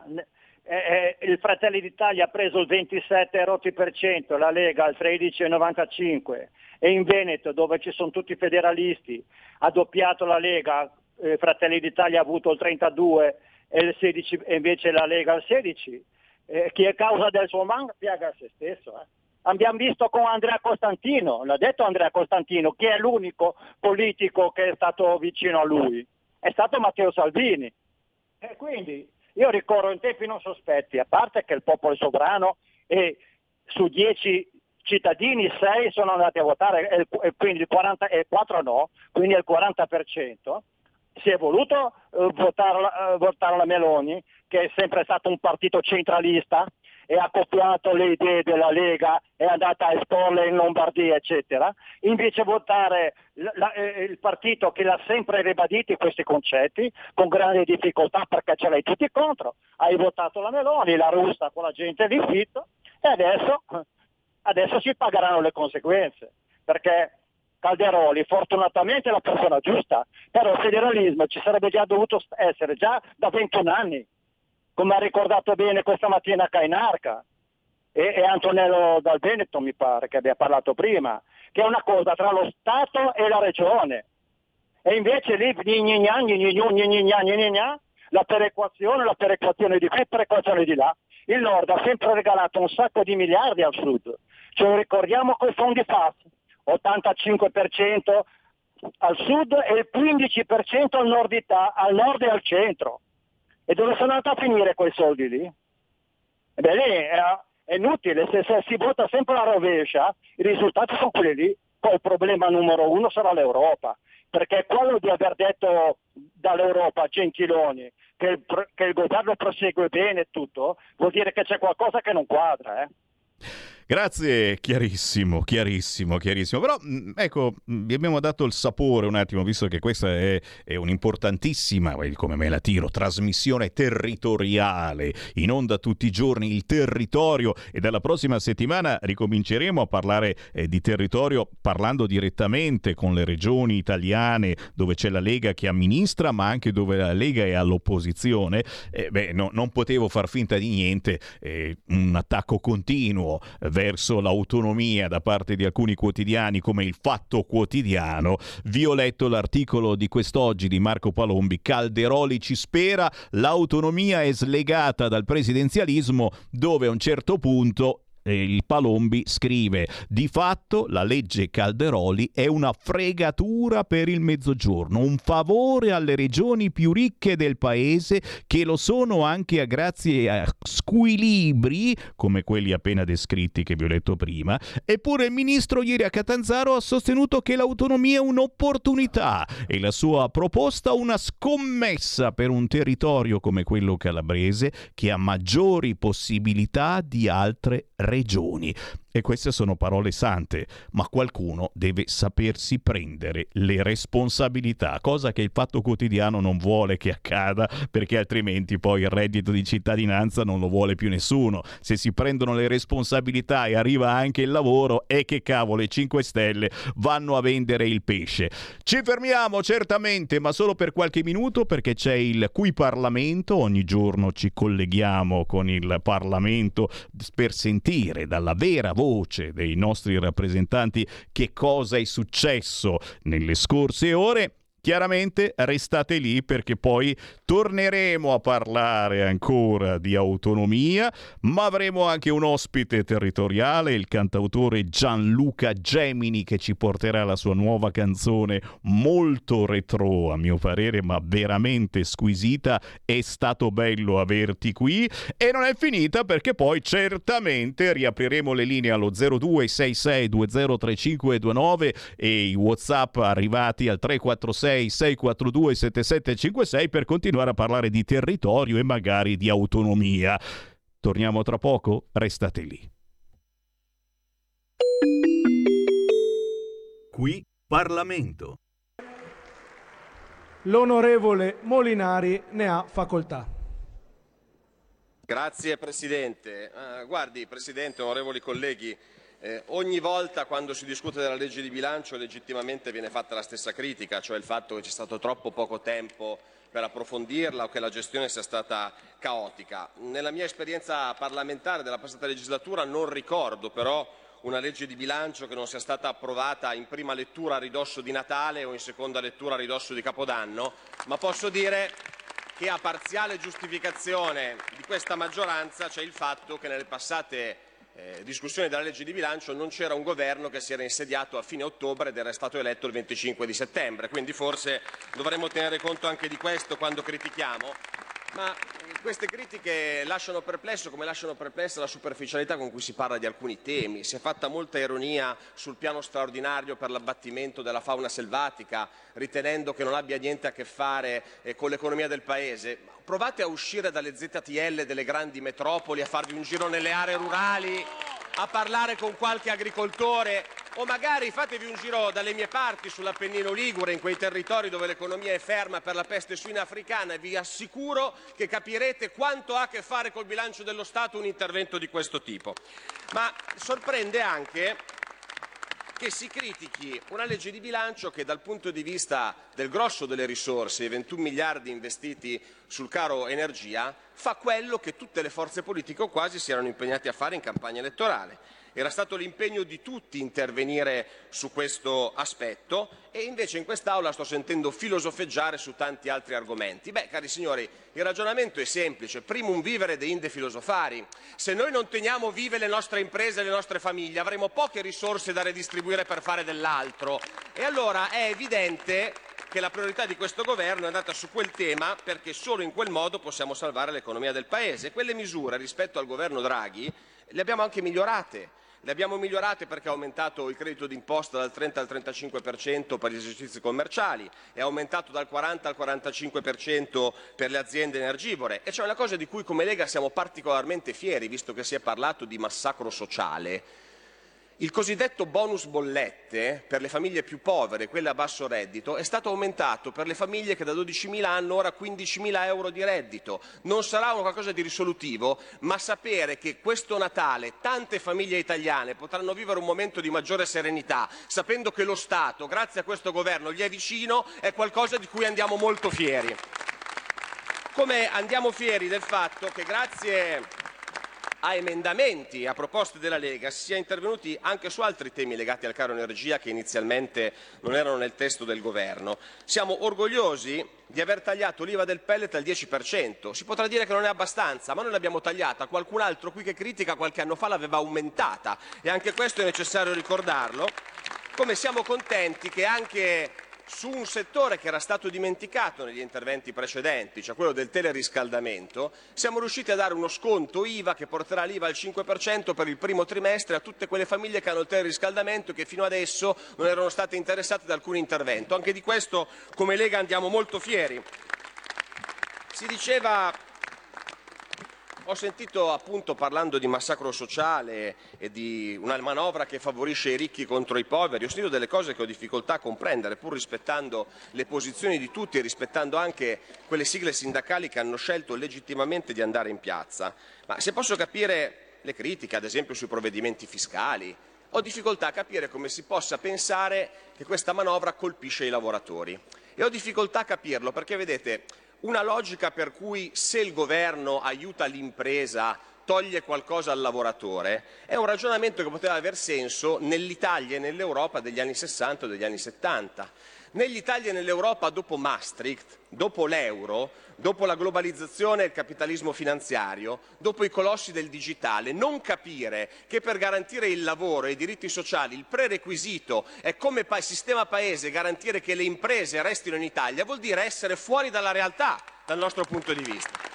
eh, eh, il Fratelli d'Italia ha preso il ventisette rotti per cento, la Lega il tredici virgola novantacinque e in Veneto, dove ci sono tutti i federalisti, ha doppiato la Lega, eh, Fratelli d'Italia ha avuto il trentadue e il sedici e invece la Lega il sedici. Eh, chi è causa del suo manco piaga a se stesso. Eh. Abbiamo visto con Andrea Costantino, l'ha detto Andrea Costantino, chi è l'unico politico che è stato vicino a lui? È stato Matteo Salvini. E quindi io ricorro in tempi non sospetti, a parte che il popolo è sovrano e su dieci cittadini sei sono andati a votare e, e quindi il quaranta e quattro no, quindi il quaranta per cento. Si è voluto eh, votare, eh, votare la Meloni, che è sempre stato un partito centralista e ha copiato le idee della Lega, è andata a esporle in Lombardia, eccetera. Invece votare la, la, eh, il partito che l'ha sempre ribaditi questi concetti, con grande difficoltà perché ce l'hai tutti contro. Hai votato la Meloni, la russa con la gente di Fitto, e adesso, adesso si pagheranno le conseguenze, perché Calderoli fortunatamente è la persona giusta, però il federalismo ci sarebbe già dovuto essere già da ventuno anni, come ha ricordato bene questa mattina Cainarca e, e Antonello Dal Veneto mi pare che abbia parlato prima, che è una cosa tra lo Stato e la Regione, e invece lì gni gna, gni gni gni gni gna, gni gna, la perequazione, la perequazione di qui, la perequazione di là. Il Nord ha sempre regalato un sacco di miliardi al Sud, ce lo ricordiamo con i fondi F A S, ottantacinque per cento al sud e il quindici per cento al nord, Ita- al nord e al centro. E dove sono andati a finire quei soldi lì? E beh, lì è, è inutile, se, se si vota sempre alla rovescia, i risultati sono quelli lì. Poi il problema numero uno sarà l'Europa, perché quello di aver detto dall'Europa a Gentiloni che il, che il governo prosegue bene e tutto, vuol dire che c'è qualcosa che non quadra, eh? Grazie, chiarissimo, chiarissimo, chiarissimo. Però, ecco, vi abbiamo dato il sapore un attimo, visto che questa è, è un'importantissima, come me la tiro, trasmissione territoriale, in onda tutti i giorni, il territorio, e dalla prossima settimana ricominceremo a parlare eh, di territorio parlando direttamente con le regioni italiane dove c'è la Lega che amministra, ma anche dove la Lega è all'opposizione. Eh, beh, no, non potevo far finta di niente, eh, un attacco continuo verso l'autonomia da parte di alcuni quotidiani come il Fatto Quotidiano. Vi ho letto l'articolo di quest'oggi di Marco Palombi, Calderoli ci spera, l'autonomia è slegata dal presidenzialismo, dove a un certo punto il Palombi scrive: di fatto la legge Calderoli è una fregatura per il Mezzogiorno, un favore alle regioni più ricche del paese, che lo sono anche a grazie a squilibri come quelli appena descritti che vi ho letto prima. Eppure il ministro ieri a Catanzaro ha sostenuto che l'autonomia è un'opportunità e la sua proposta una scommessa per un territorio come quello calabrese, che ha maggiori possibilità di altre regioni. regioni. E queste sono parole sante, ma qualcuno deve sapersi prendere le responsabilità, cosa che il Fatto Quotidiano non vuole che accada, perché altrimenti poi il reddito di cittadinanza non lo vuole più nessuno. Se si prendono le responsabilità e arriva anche il lavoro, e che cavolo, i cinque Stelle vanno a vendere il pesce. Ci fermiamo certamente, ma solo per qualche minuto, perché c'è il Qui Parlamento. Ogni giorno ci colleghiamo con il Parlamento per sentire dalla vera voce voce dei nostri rappresentanti che cosa è successo nelle scorse ore. Chiaramente restate lì, perché poi torneremo a parlare ancora di autonomia, ma avremo anche un ospite territoriale, il cantautore Gianluca Gemini, che ci porterà la sua nuova canzone molto retro, a mio parere, ma veramente squisita. È stato bello averti qui, e non è finita, perché poi certamente riapriremo le linee allo zero due sei sei due zero tre cinque due nove e i WhatsApp arrivati al tre quattro sei sei quattro due sette sette cinque sei per continuare a parlare di territorio e magari di autonomia. Torniamo tra poco, restate lì. Qui Parlamento. L'onorevole Molinari ne ha facoltà. Grazie Presidente. Uh, guardi Presidente, onorevoli colleghi, Eh, ogni volta quando si discute della legge di bilancio legittimamente viene fatta la stessa critica, cioè il fatto che c'è stato troppo poco tempo per approfondirla o che la gestione sia stata caotica. Nella mia esperienza parlamentare della passata legislatura non ricordo però una legge di bilancio che non sia stata approvata in prima lettura a ridosso di Natale o in seconda lettura a ridosso di Capodanno, ma posso dire che a parziale giustificazione di questa maggioranza c'è il fatto che nelle passate Eh, discussione della legge di bilancio non c'era un governo che si era insediato a fine ottobre ed era stato eletto il venticinque di settembre, quindi forse dovremmo tenere conto anche di questo quando critichiamo, ma queste critiche lasciano perplesso, come lasciano perplessa la superficialità con cui si parla di alcuni temi. Si è fatta molta ironia sul piano straordinario per l'abbattimento della fauna selvatica, ritenendo che non abbia niente a che fare eh, con l'economia del Paese. Provate a uscire dalle Z T L delle grandi metropoli, a farvi un giro nelle aree rurali, a parlare con qualche agricoltore, o magari fatevi un giro dalle mie parti sull'Appennino Ligure, in quei territori dove l'economia è ferma per la peste suina africana, e vi assicuro che capirete quanto ha a che fare col bilancio dello Stato un intervento di questo tipo. Ma sorprende anche che si critichi una legge di bilancio che dal punto di vista del grosso delle risorse, i ventuno miliardi investiti sul caro energia, fa quello che tutte le forze politiche o quasi si erano impegnati a fare in campagna elettorale. Era stato l'impegno di tutti intervenire su questo aspetto, e invece in quest'Aula sto sentendo filosofeggiare su tanti altri argomenti. Beh, cari signori, il ragionamento è semplice: primum vivere deinde filosofari. Se noi non teniamo vive le nostre imprese e le nostre famiglie, avremo poche risorse da redistribuire per fare dell'altro. E allora è evidente che la priorità di questo governo è andata su quel tema, perché solo in quel modo possiamo salvare l'economia del Paese. Quelle misure rispetto al governo Draghi le abbiamo anche migliorate. Le abbiamo migliorate perché ha aumentato il credito d'imposta dal trenta al trentacinque per cento per gli esercizi commerciali, è aumentato dal quaranta al quarantacinque per cento per le aziende energivore, e c'è una cosa di cui come Lega siamo particolarmente fieri, visto che si è parlato di massacro sociale. Il cosiddetto bonus bollette per le famiglie più povere, quelle a basso reddito, è stato aumentato per le famiglie che da dodicimila hanno ora quindicimila euro di reddito. Non sarà una qualcosa di risolutivo, ma sapere che questo Natale tante famiglie italiane potranno vivere un momento di maggiore serenità, sapendo che lo Stato, grazie a questo governo, gli è vicino, è qualcosa di cui andiamo molto fieri. Come andiamo fieri del fatto che grazie a emendamenti e a proposte della Lega si sia intervenuti anche su altri temi legati al caro energia che inizialmente non erano nel testo del governo. Siamo orgogliosi di aver tagliato l'I V A del pellet al dieci per cento. Si potrà dire che non è abbastanza, ma noi l'abbiamo tagliata. Qualcun altro qui che critica qualche anno fa l'aveva aumentata, e anche questo è necessario ricordarlo. Come siamo contenti che anche su un settore che era stato dimenticato negli interventi precedenti, cioè quello del teleriscaldamento, siamo riusciti a dare uno sconto I V A che porterà l'I V A al cinque per cento per il primo trimestre a tutte quelle famiglie che hanno il teleriscaldamento e che fino adesso non erano state interessate da alcun intervento. Anche di questo come Lega andiamo molto fieri. Si diceva Ho sentito appunto parlando di massacro sociale e di una manovra che favorisce i ricchi contro i poveri, ho sentito delle cose che ho difficoltà a comprendere, pur rispettando le posizioni di tutti e rispettando anche quelle sigle sindacali che hanno scelto legittimamente di andare in piazza. Ma se posso capire le critiche, ad esempio sui provvedimenti fiscali, ho difficoltà a capire come si possa pensare che questa manovra colpisce i lavoratori. E ho difficoltà a capirlo perché, vedete, una logica per cui se il governo aiuta l'impresa toglie qualcosa al lavoratore è un ragionamento che poteva aver senso nell'Italia e nell'Europa degli anni sessanta o degli anni settanta. Nell'Italia e nell'Europa dopo Maastricht, dopo l'euro, dopo la globalizzazione e il capitalismo finanziario, dopo i colossi del digitale, non capire che per garantire il lavoro e i diritti sociali il prerequisito è come pa- sistema paese garantire che le imprese restino in Italia vuol dire essere fuori dalla realtà dal nostro punto di vista.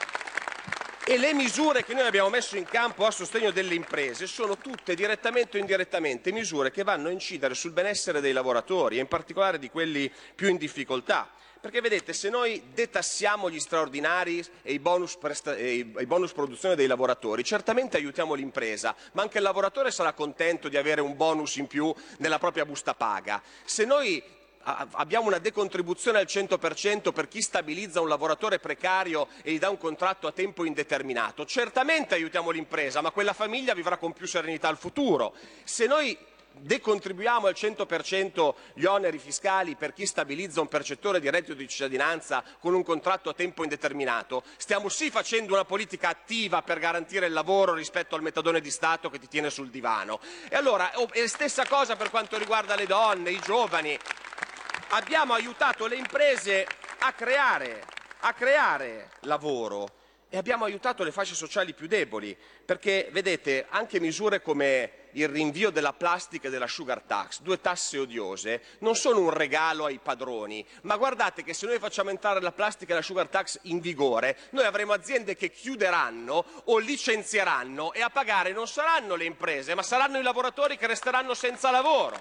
E le misure che noi abbiamo messo in campo a sostegno delle imprese sono tutte, direttamente o indirettamente, misure che vanno a incidere sul benessere dei lavoratori e in particolare di quelli più in difficoltà. Perché vedete, se noi detassiamo gli straordinari e i bonus, presta- e i bonus produzione dei lavoratori, certamente aiutiamo l'impresa, ma anche il lavoratore sarà contento di avere un bonus in più nella propria busta paga. Se noi abbiamo una decontribuzione al cento per cento per chi stabilizza un lavoratore precario e gli dà un contratto a tempo indeterminato, certamente aiutiamo l'impresa, ma quella famiglia vivrà con più serenità al futuro. Se noi decontribuiamo al cento per cento gli oneri fiscali per chi stabilizza un percettore di reddito di cittadinanza con un contratto a tempo indeterminato, stiamo sì facendo una politica attiva per garantire il lavoro rispetto al metadone di Stato che ti tiene sul divano. E allora, è la stessa cosa per quanto riguarda le donne, i giovani. Abbiamo aiutato le imprese a creare, a creare lavoro e abbiamo aiutato le fasce sociali più deboli, perché vedete anche misure come il rinvio della plastica e della sugar tax, due tasse odiose, non sono un regalo ai padroni, ma guardate che se noi facciamo entrare la plastica e la sugar tax in vigore, noi avremo aziende che chiuderanno o licenzieranno e a pagare non saranno le imprese, ma saranno i lavoratori che resteranno senza lavoro.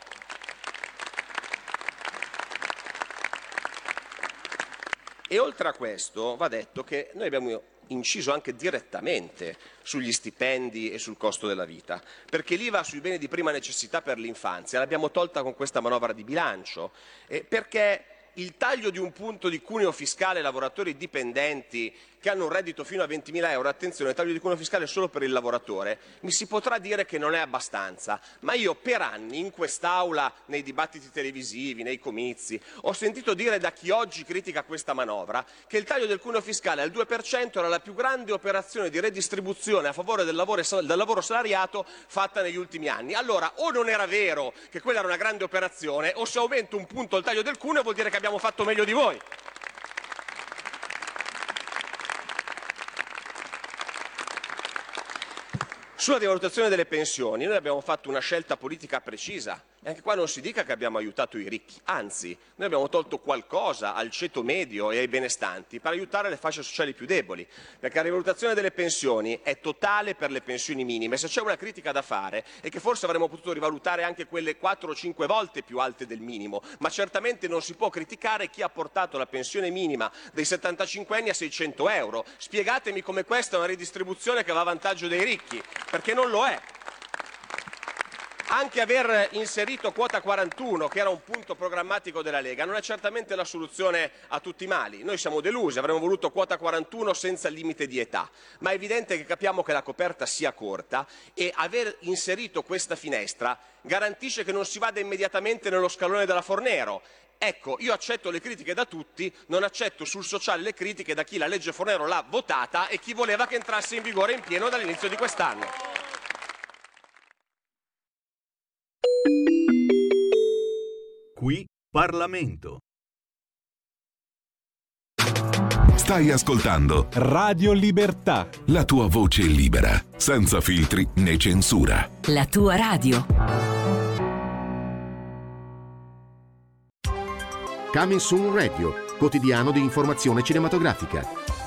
E oltre a questo va detto che noi abbiamo inciso anche direttamente sugli stipendi e sul costo della vita, perché l'I V A sui beni di prima necessità per l'infanzia l'abbiamo tolta con questa manovra di bilancio, eh, perché il taglio di un punto di cuneo fiscale ai lavoratori dipendenti che hanno un reddito fino a ventimila euro, attenzione, il taglio di cuneo fiscale è solo per il lavoratore, mi si potrà dire che non è abbastanza, ma io per anni in quest'Aula, nei dibattiti televisivi, nei comizi, ho sentito dire da chi oggi critica questa manovra che il taglio del cuneo fiscale al due per cento era la più grande operazione di redistribuzione a favore del lavoro, del lavoro salariato fatta negli ultimi anni. Allora, o non era vero che quella era una grande operazione, o se aumento un punto il taglio del cuneo vuol dire che abbiamo fatto meglio di voi. Sulla rivalutazione delle pensioni noi abbiamo fatto una scelta politica precisa e anche qua non si dica che abbiamo aiutato i ricchi, anzi noi abbiamo tolto qualcosa al ceto medio e ai benestanti per aiutare le fasce sociali più deboli, perché la rivalutazione delle pensioni è totale per le pensioni minime. Se c'è una critica da fare è che forse avremmo potuto rivalutare anche quelle quattro o cinque volte più alte del minimo, ma certamente non si può criticare chi ha portato la pensione minima dei settantacinque anni a seicento euro. Spiegatemi come questa è una ridistribuzione che va a vantaggio dei ricchi, perché non lo è. Anche aver inserito quota quarantuno, che era un punto programmatico della Lega, non è certamente la soluzione a tutti i mali. Noi siamo delusi, avremmo voluto quota quarantuno senza limite di età, ma è evidente che capiamo che la coperta sia corta e aver inserito questa finestra garantisce che non si vada immediatamente nello scalone della Fornero. Ecco, io accetto le critiche da tutti, non accetto sul sociale le critiche da chi la legge Fornero l'ha votata e chi voleva che entrasse in vigore in pieno dall'inizio di quest'anno. Qui Parlamento. Stai ascoltando Radio Libertà. La tua voce libera, senza filtri né censura. La tua radio. Coming Soon Radio, quotidiano di informazione cinematografica.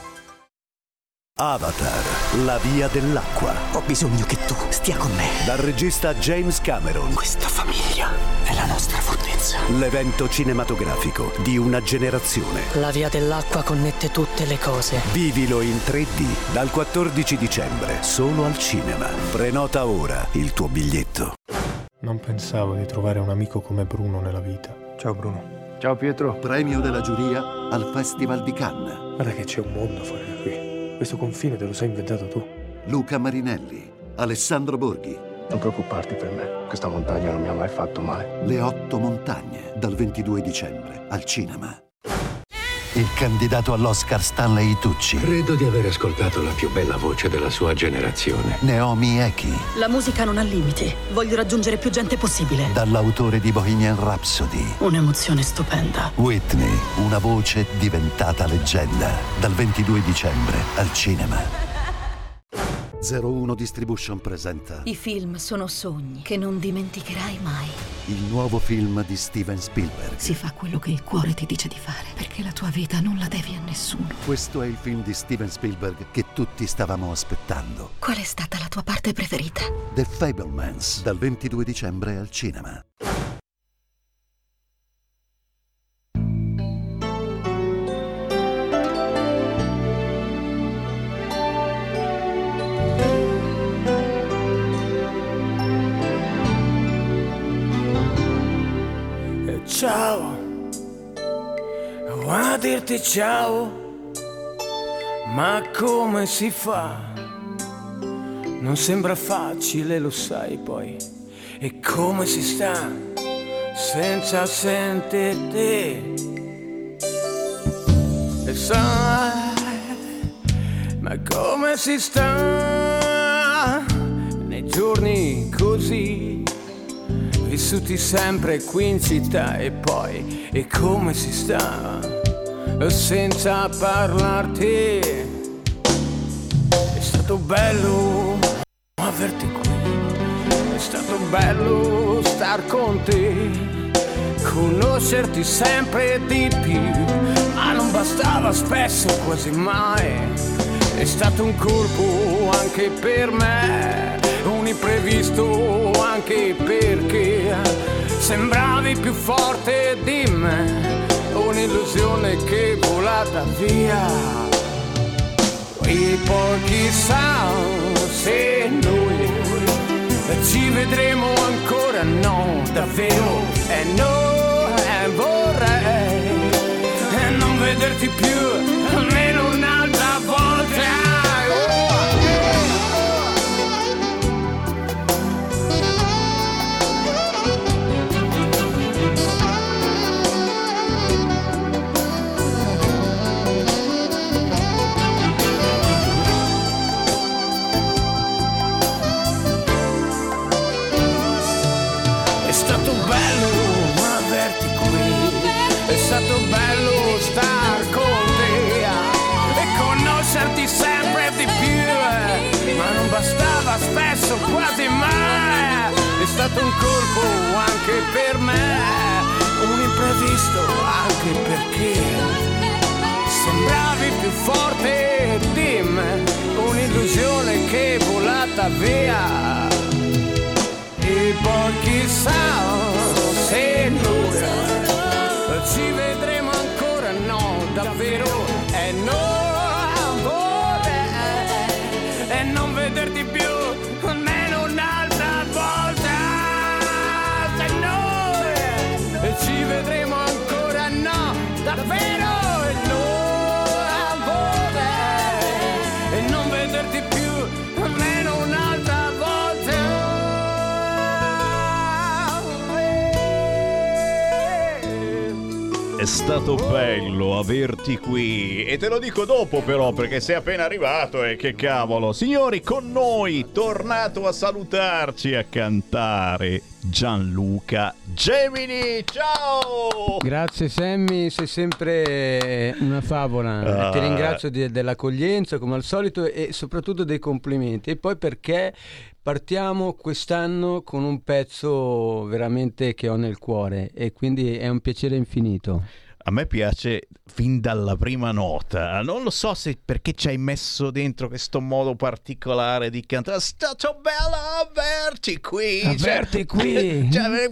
Avatar, la via dell'acqua. Ho bisogno che tu stia con me. Dal regista James Cameron. Questa famiglia è la nostra fortezza. Films, l'evento cinematografico di una generazione. La Via dell'Acqua connette tutte le cose. Vivilo in tre D dal quattordici dicembre, solo al cinema. Prenota ora il tuo biglietto. Non pensavo di trovare un amico come Bruno nella vita. Ciao Bruno. Ciao Pietro. Premio della giuria al Festival di Cannes. Guarda che c'è un mondo fuori da qui. Questo confine te lo sei inventato tu. Luca Marinelli, Alessandro Borghi. Non preoccuparti per me, questa montagna non mi ha mai fatto male. Le otto montagne, dal ventidue dicembre, al cinema. Il candidato all'Oscar Stanley Tucci. Credo di aver ascoltato la più bella voce della sua generazione. Naomi Eki. La musica non ha limiti, voglio raggiungere più gente possibile. Dall'autore di Bohemian Rhapsody. Un'emozione stupenda. Whitney, una voce diventata leggenda. Dal ventidue dicembre, al cinema. zero uno Distribution presenta I film sono sogni che non dimenticherai mai. il nuovo film di Steven Spielberg. Si fa quello che il cuore ti dice di fare, perché la tua vita non la devi a nessuno. Questo è il film di Steven Spielberg che tutti stavamo aspettando. Qual è stata la tua parte preferita? The Fabelmans, dal ventidue dicembre al cinema. Ciao, voglio dirti ciao, ma come si fa? Non sembra facile, lo sai poi, e come si sta senza sentirti? E sai, ma come si sta nei giorni così? Vissuti sempre qui in città e poi, e come si sta senza parlarti? È stato bello averti qui, è stato bello star con te, conoscerti sempre di più, ma non bastava spesso, quasi mai. È stato un colpo anche per me, un imprevisto anche perché sembravi più forte di me, un'illusione che è volata via. E poi chissà se noi ci vedremo ancora, no, davvero, e no, e vorrei e non vederti più almeno un'altra volta. È stato bello star con te e conoscerti sempre di più, ma non bastava spesso, quasi mai. È stato un colpo anche per me, un imprevisto anche perché sembravi più forte di me, un'illusione che è volata via. E poi chissà se noi ci vedremo ancora, no, davvero, e no, vorrei e non vederti più almeno un'altra volta. Se noi ci vedremo ancora, no, davvero, e no, vorrei e non vederti più almeno un'altra volta. È stato bello averti qui, e te lo dico dopo però, perché sei appena arrivato e che cavolo. Signori, con noi, tornato a salutarci, a cantare, Gianluca Gemini. Ciao! Grazie Sammy, sei sempre una favola. Ah. Ti ringrazio di, dell'accoglienza come al solito e soprattutto dei complimenti. E poi perché partiamo quest'anno con un pezzo veramente che ho nel cuore e quindi è un piacere infinito. A me piace fin dalla prima nota. Non lo so se perché ci hai messo dentro questo modo particolare di cantare. È stato bello averti qui. Averti qui. Cioè,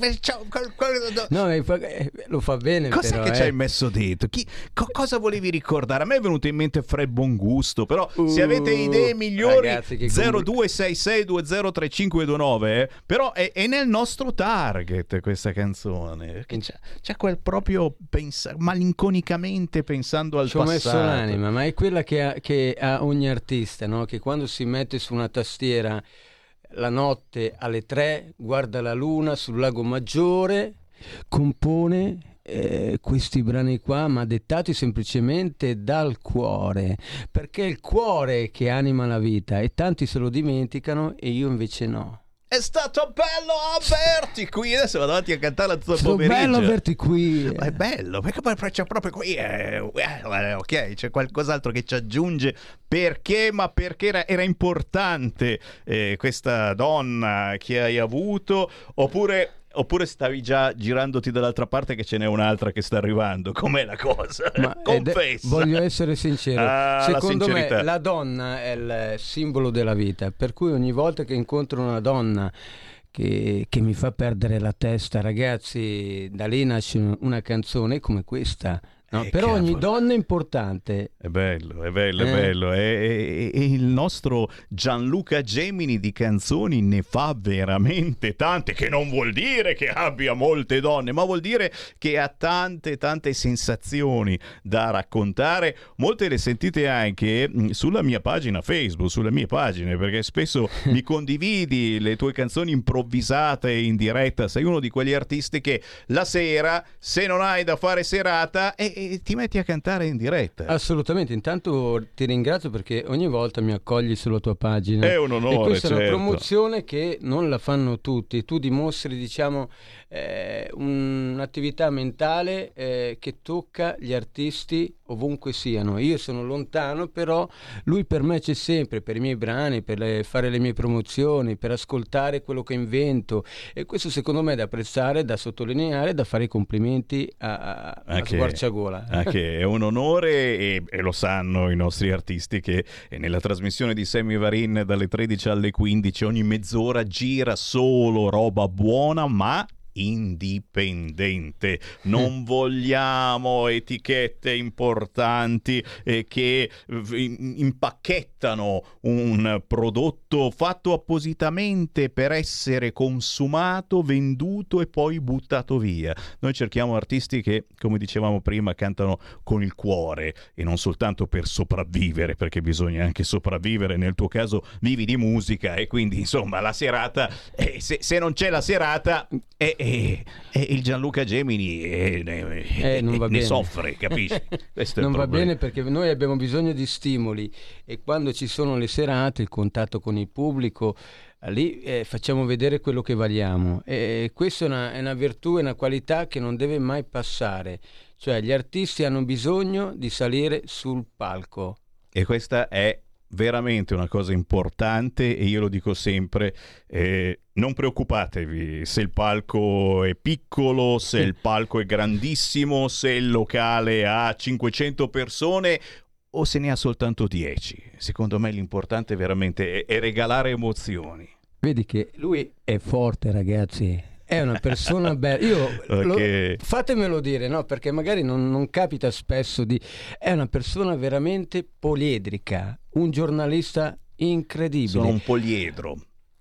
no, lo fa bene. Cos'è però, che eh? ci hai messo dentro? Chi, co- cosa volevi ricordare? A me è venuto in mente Fred Bongusto, però uh, se avete idee migliori ragazzi, zero due sei sei due zero tre cinque due nove, eh? Però è, è nel nostro target questa canzone. C'è, c'è quel proprio pensare malinconicamente pensando al ci ho passato. messo l'anima, ma è quella che ha, che ha ogni artista, no? Che quando si mette su una tastiera la notte alle tre, guarda la luna sul lago Maggiore, compone eh, questi brani qua, ma dettati semplicemente dal cuore, perché è il cuore che anima la vita e tanti se lo dimenticano e io invece no. È stato bello averti qui. Adesso vado avanti a cantare tutto il È stato pomeriggio. bello averti qui. Ma è bello, perché poi c'è proprio qui. Eh, eh, ok, c'è qualcos'altro che ci aggiunge. Perché? Ma perché era, era importante eh, questa donna che hai avuto? Oppure. Oppure stavi già girandoti dall'altra parte che ce n'è un'altra che sta arrivando? Com'è la cosa? Ma confessa. Voglio essere sincero. Ah, Secondo la me la donna è il simbolo della vita, per cui ogni volta che incontro una donna che, che mi fa perdere la testa, ragazzi, da lì nasce una canzone come questa. No, eh, però cavolo. Ogni donna è importante. È bello, è bello, eh? è bello. E il nostro Gianluca Gemini di canzoni ne fa veramente tante, che non vuol dire che abbia molte donne, ma vuol dire che ha tante, tante sensazioni da raccontare. Molte le sentite anche sulla mia pagina Facebook, sulle mie pagine, perché spesso mi condividi le tue canzoni improvvisate in diretta. Sei uno di quegli artisti che la sera, se non hai da fare serata, e E ti metti a cantare in diretta. Assolutamente, intanto ti ringrazio perché ogni volta mi accogli sulla tua pagina. È un onore, e questa certo. è una promozione che non la fanno tutti. Tu dimostri, diciamo, eh, un'attività mentale eh, che tocca gli artisti ovunque siano. Io sono lontano, però lui per me c'è sempre, per i miei brani, per le, fare le mie promozioni, per ascoltare quello che invento, e questo secondo me è da apprezzare, da sottolineare, da fare i complimenti a, a, a squarciagola. Anche è un onore e, e lo sanno i nostri artisti che nella trasmissione di Sammy Varin dalle tredici alle quindici ogni mezz'ora gira solo roba buona, ma indipendente. Non vogliamo etichette importanti eh, che in- impacchettano un prodotto fatto appositamente per essere consumato, venduto e poi buttato via. Noi cerchiamo artisti che, come dicevamo prima, cantano con il cuore e non soltanto per sopravvivere, perché bisogna anche sopravvivere. Nel tuo caso vivi di musica e quindi insomma la serata eh, se, se non c'è la serata eh, E, e il Gianluca Gemini eh, ne, eh, non va ne bene. soffre, capisci? Questo non è il va problema. bene perché noi abbiamo bisogno di stimoli e quando ci sono le serate, il contatto con il pubblico, lì eh, facciamo vedere quello che valiamo, e questa è una, è una virtù e una qualità che non deve mai passare, cioè gli artisti hanno bisogno di salire sul palco. E questa è veramente una cosa importante e io lo dico sempre, eh, non preoccupatevi se il palco è piccolo, se il palco è grandissimo, se il locale ha cinquecento persone o se ne ha soltanto dieci. Secondo me l'importante veramente è, è regalare emozioni. Vedi che lui è forte, ragazzi. È una persona bella. Io okay. lo, fatemelo dire, no? Perché magari non, non capita spesso di. È una persona veramente poliedrica, un giornalista incredibile. Sono un poliedro.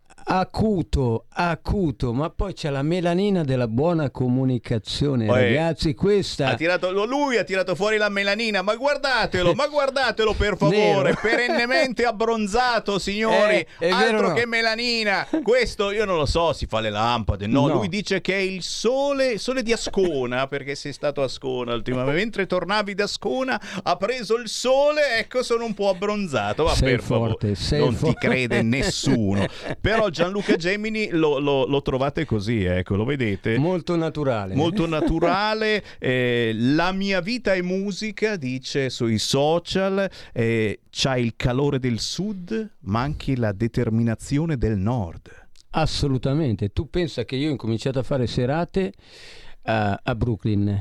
Acuto, acuto, ma poi c'è la melanina della buona comunicazione, poi, ragazzi, questa... Ha tirato, lui ha tirato fuori la melanina, ma guardatelo, ma guardatelo per favore, perennemente abbronzato, signori, eh, altro no. che melanina. Questo io non lo so, si fa le lampade, no, no. Lui dice che è il sole, sole di Ascona, perché sei stato a Ascona ultimamente, mentre tornavi da Ascona ha preso il sole, ecco sono un po' abbronzato, ma sei per forte, favore, non forte. ti crede nessuno, però Gianluca Gemini lo, lo, lo trovate così, ecco, lo vedete? Molto naturale. Molto naturale. Eh, la mia vita è musica, dice sui social. Eh, c'ha il calore del sud, ma anche la determinazione del nord. Assolutamente. Tu pensa che io ho incominciato a fare serate a, a Brooklyn.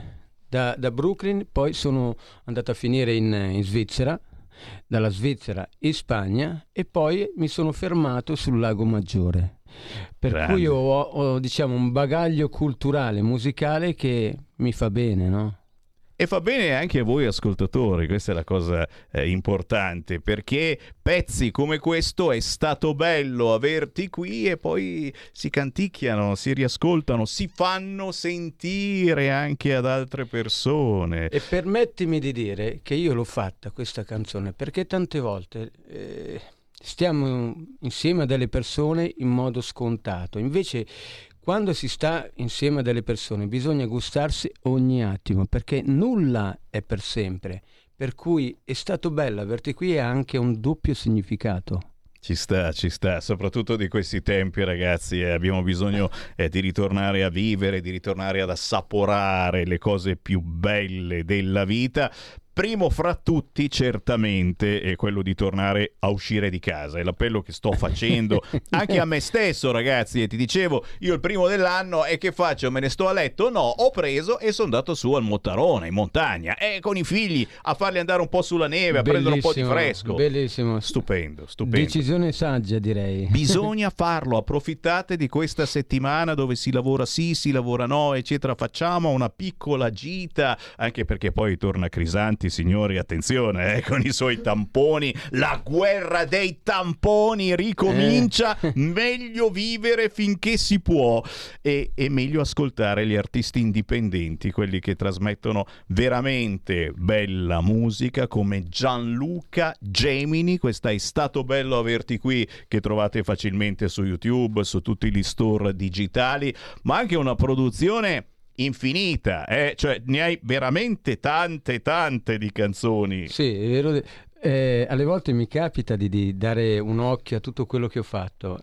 Da, da Brooklyn poi sono andato a finire in, in Svizzera, dalla Svizzera in Spagna e poi mi sono fermato sul Lago Maggiore. Per Grande. cui ho, ho diciamo un bagaglio culturale, musicale che mi fa bene, no? E fa bene anche a voi ascoltatori, questa è la cosa eh, importante, perché pezzi come questo È stato bello averti qui e poi si canticchiano, si riascoltano, si fanno sentire anche ad altre persone. E permettimi di dire che io l'ho fatta questa canzone perché tante volte eh, stiamo insieme a delle persone in modo scontato, invece quando si sta insieme a delle persone bisogna gustarsi ogni attimo, perché nulla è per sempre, per cui È stato bello averti qui e ha anche un doppio significato. Ci sta, ci sta, soprattutto di questi tempi, ragazzi, eh, abbiamo bisogno eh, di ritornare a vivere, di ritornare ad assaporare le cose più belle della vita. Primo fra tutti certamente è quello di tornare a uscire di casa, è l'appello che sto facendo anche a me stesso, ragazzi, e ti dicevo io il primo dell'anno e che faccio? Me ne sto a letto? No, ho preso e sono andato su al Mottarone in montagna e con i figli a farli andare un po' sulla neve, a prendere un po' di fresco. Bellissimo, stupendo, stupendo. Decisione saggia, direi. Bisogna farlo, approfittate di questa settimana dove si lavora sì, si lavora no, eccetera, facciamo una piccola gita, anche perché poi torna Crisanti, signori, attenzione eh, con i suoi tamponi, la guerra dei tamponi ricomincia, eh. Meglio vivere finché si può e, e meglio ascoltare gli artisti indipendenti, quelli che trasmettono veramente bella musica come Gianluca Gemini. Questa È stato bello averti qui, che trovate facilmente su YouTube, su tutti gli store digitali, ma anche una produzione infinita, eh? Cioè ne hai veramente tante tante di canzoni. Sì, è vero. Eh, alle volte mi capita di, di dare un occhio a tutto quello che ho fatto.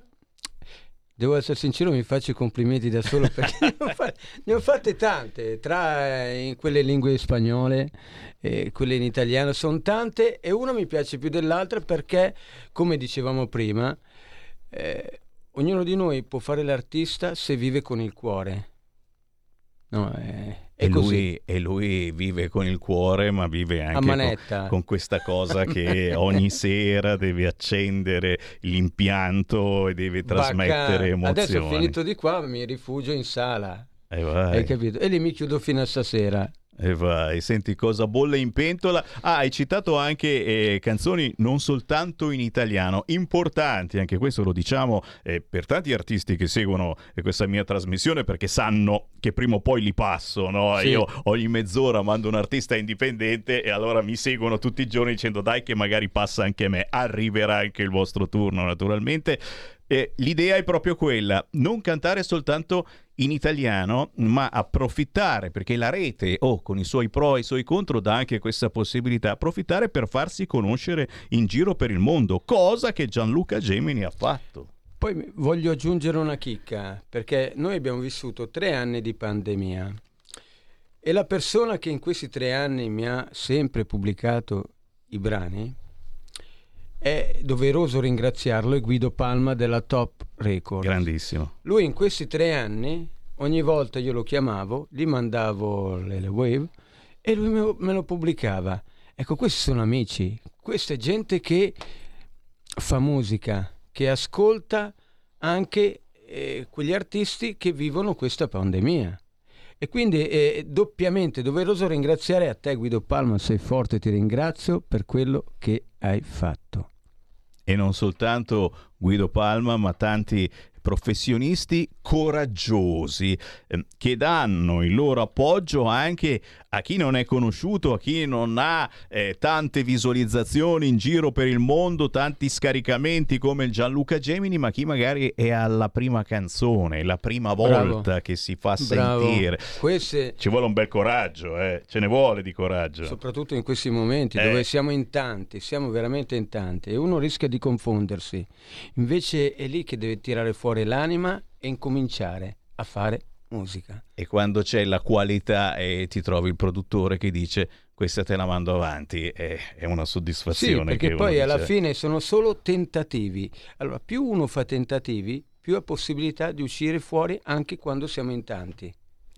Devo essere sincero, mi faccio i complimenti da solo perché ne, ho fatte, ne ho fatte tante, tra eh, in quelle lingue spagnole e quelle in italiano, sono tante e una mi piace più dell'altra perché, come dicevamo prima, eh, ognuno di noi può fare l'artista se vive con il cuore. No, è, è e, così. lui, e lui vive con il cuore, ma vive anche con, con questa cosa che ogni sera deve accendere l'impianto e deve trasmettere Bacca. emozioni. Adesso ho finito di qua, mi rifugio in sala. E vai. Hai capito? E lì mi chiudo fino a stasera. E vai, senti cosa bolle in pentola. Ah, hai citato anche eh, canzoni non soltanto in italiano, importanti, anche questo lo diciamo eh, per tanti artisti che seguono eh, questa mia trasmissione, perché sanno che prima o poi li passo, no? Sì. Io ogni mezz'ora mando un artista indipendente e allora mi seguono tutti i giorni dicendo dai che magari passa anche me, arriverà anche il vostro turno naturalmente. Eh, l'idea è proprio quella, non cantare soltanto in italiano, ma approfittare, perché la rete, oh, con i suoi pro e i suoi contro, dà anche questa possibilità, approfittare per farsi conoscere in giro per il mondo, cosa che Gianluca Gemini ha fatto. Poi voglio aggiungere una chicca, perché noi abbiamo vissuto tre anni di pandemia e la persona che in questi tre anni mi ha sempre pubblicato i brani, è doveroso ringraziarlo, è Guido Palma della Top Records. Grandissimo. Lui in questi tre anni, ogni volta io lo chiamavo, gli mandavo le, le wave e lui me, me lo pubblicava. Ecco, questi sono amici, questa è gente che fa musica, che ascolta anche eh, quegli artisti che vivono questa pandemia. E quindi è doppiamente doveroso ringraziare a te, Guido Palma, sei forte, ti ringrazio per quello che hai fatto. E non soltanto Guido Palma, ma tanti professionisti coraggiosi eh, che danno il loro appoggio anche a chi non è conosciuto, a chi non ha eh, tante visualizzazioni in giro per il mondo, tanti scaricamenti come Gianluca Gemini, ma chi magari è alla prima canzone, la prima volta Bravo. Che si fa Bravo. Sentire. Queste... Ci vuole un bel coraggio, eh? Ce ne vuole di coraggio. Soprattutto in questi momenti eh. dove siamo in tanti, siamo veramente in tanti e uno rischia di confondersi. Invece è lì che deve tirare fuori l'anima e incominciare a fare musica. E quando c'è la qualità e ti trovi il produttore che dice questa te la mando avanti, è, è una soddisfazione. Sì, perché che poi alla dice... fine sono solo tentativi. Allora, più uno fa tentativi, più ha possibilità di uscire fuori anche quando siamo in tanti.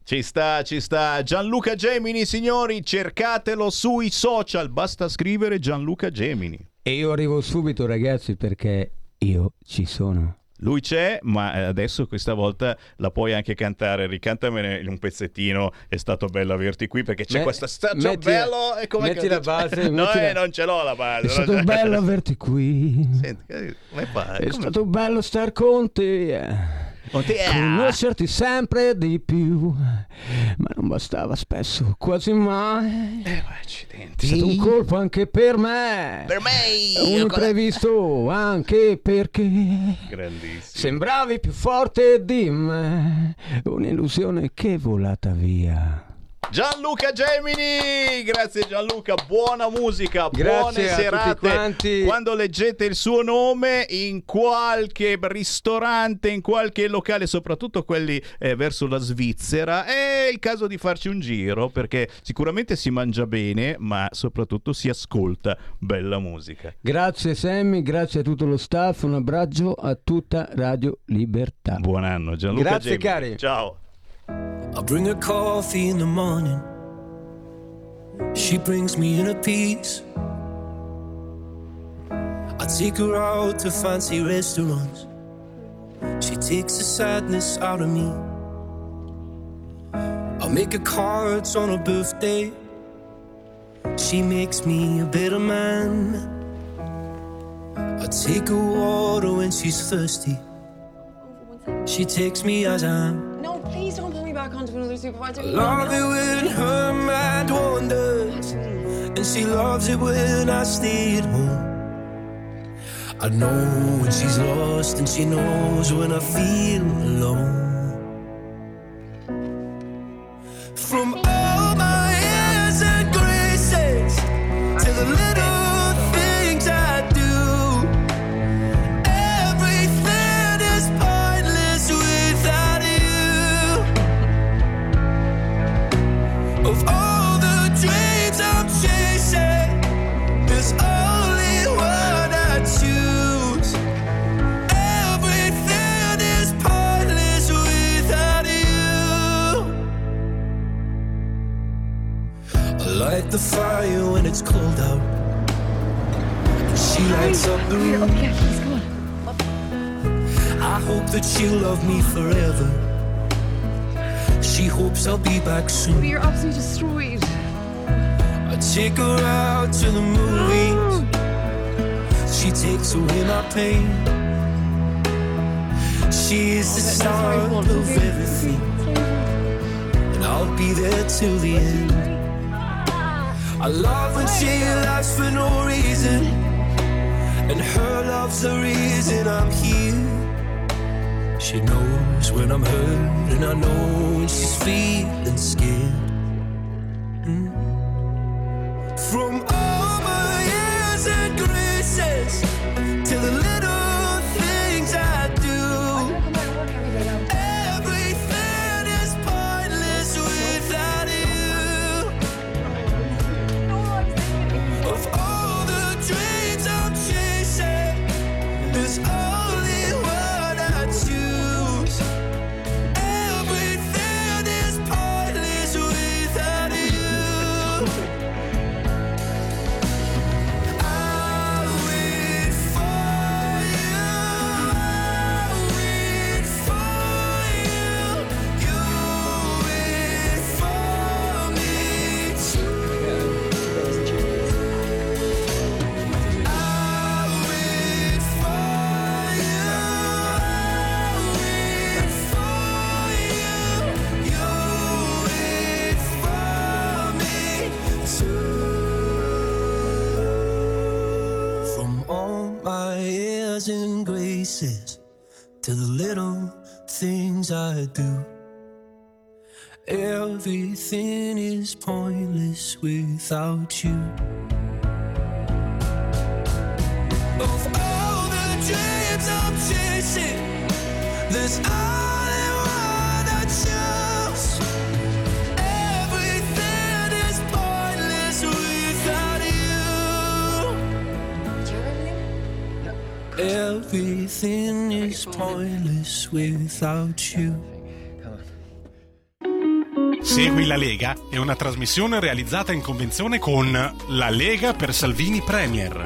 Ci sta, ci sta. Gianluca Gemini, signori, cercatelo sui social. Basta scrivere Gianluca Gemini. E io arrivo subito, ragazzi, perché io ci sono. Lui c'è, ma adesso questa volta la puoi anche cantare. Ricantamene un pezzettino. È stato bello averti qui perché c'è Me- questa stagione metti- bello. E come metti la base, no, metti eh, la- non ce l'ho la base. È stato bello averti qui. Senti, come fa? È Come- stato bello star con te. Con te, ah. Conoscerti sempre di più, ma non bastava spesso, quasi mai. Eh, accidenti. È stato un colpo anche per me. Per me. Un imprevisto anche perché Grandissimo. sembravi più forte di me. Un'illusione che è volata via. Gianluca Gemini, grazie Gianluca, buona musica, Grazie buone a serate. tutti quanti. Quando leggete il suo nome in qualche ristorante, in qualche locale, soprattutto quelli eh, verso la Svizzera, è il caso di farci un giro, perché sicuramente si mangia bene, ma soprattutto si ascolta bella musica. Grazie Sammy, grazie a tutto lo staff, un abbraccio a tutta Radio Libertà. Buon anno Gianluca Grazie, Gemini. cari. Ciao. I bring her coffee in the morning. She brings me in a piece. I take her out to fancy restaurants. She takes the sadness out of me. I make her cards on her birthday. She makes me a better man. I take her water when she's thirsty. She takes me as I am. No, please don't put me back onto another supervisor. I love it when her mind wanders, and she loves it when I stay at home. I know when she's lost, and she knows when I feel alone. From all my airs and graces to the little things I do, everything is pointless without you. Of all the dreams I'm chasing, there's only one I choose. Everything is pointless without you. I light the fire when it's cold out, and she lights up the room. Okay, please go on. I hope that she'll love me forever. She hopes I'll be back soon. But you're absolutely destroyed. I take her out to the movies. She takes away my pain. She is the start of everything, and I'll be there till the end. I love when she laughs for no reason, and her love's the reason I'm here. She knows when I'm hurt, and I know when she's feeling scared. Mm. From all my years and graces to the little things I do, everything is pointless without you. Of all the dreams I'm chasing, there's only one I choose. Everything is pointless without you. I'll wait for you. I'll wait for you. You wait for me too. I'll wait for you. I'll wait for you. You wait for me too. From all my airs and graces to the little things I do, everything is pointless without you. Of all the dreams I'm chasing, there's only one I choose. Everything is pointless without you. Everything is pointless without you. Segui la Lega è una trasmissione realizzata in convenzione con La Lega per Salvini Premier.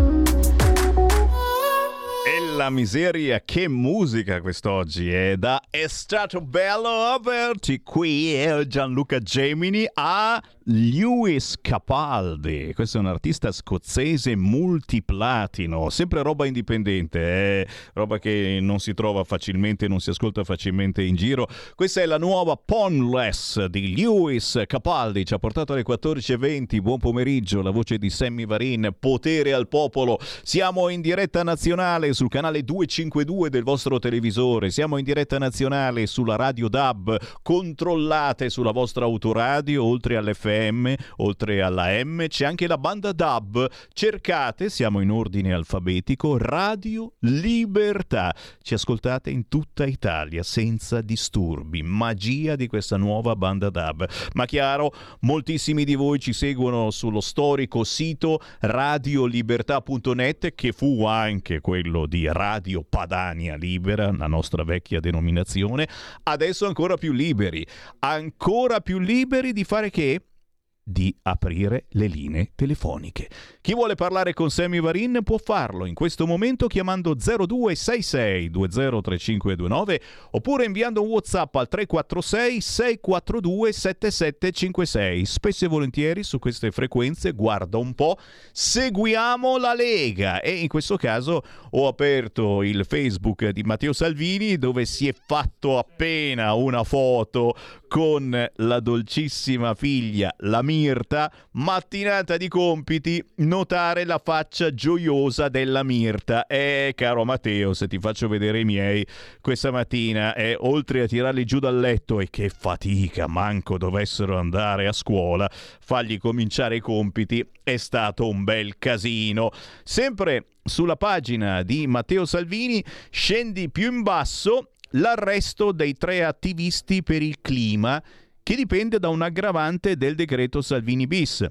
E la miseria, che musica quest'oggi, è da È stato bello averti qui, è Gianluca Gemini a Lewis Capaldi. Questo è un artista scozzese multiplatino, sempre roba indipendente, eh? Roba che non si trova facilmente, non si ascolta facilmente in giro. Questa è la nuova Pawnless di Lewis Capaldi, ci ha portato alle quattordici e venti. Buon pomeriggio, la voce di Sammy Varin, potere al popolo. Siamo in diretta nazionale sul canale duecentocinquantadue del vostro televisore, siamo in diretta nazionale sulla radio D A B, controllate sulla vostra autoradio, oltre all'F M, oltre alla M, c'è anche la banda D A B, cercate, siamo in ordine alfabetico, Radio Libertà, ci ascoltate in tutta Italia senza disturbi, magia di questa nuova banda D A B. Ma chiaro, moltissimi di voi ci seguono sullo storico sito radiolibertà punto net, che fu anche quello di Radio Padania Libera, la nostra vecchia denominazione, adesso ancora più liberi, ancora più liberi di fare che? Di aprire le linee telefoniche. Chi vuole parlare con Sammy Varin può farlo in questo momento chiamando zero due sei sei due zero tre cinque due nove oppure inviando un WhatsApp al tre quattro sei sei quattro due sette sette cinque sei. Spesso e volentieri su queste frequenze, guarda un po', seguiamo la Lega, e in questo caso ho aperto il Facebook di Matteo Salvini, dove si è fatto appena una foto con la dolcissima figlia, la Mirta. Mattinata di compiti, notare la faccia gioiosa della Mirta. Eh, caro Matteo, se ti faccio vedere i miei questa mattina, eh, oltre a tirarli giù dal letto, e che fatica, manco dovessero andare a scuola, fargli cominciare i compiti, è stato un bel casino. Sempre sulla pagina di Matteo Salvini, scendi più in basso, l'arresto dei tre attivisti per il clima, che dipende da un aggravante del decreto Salvini bis.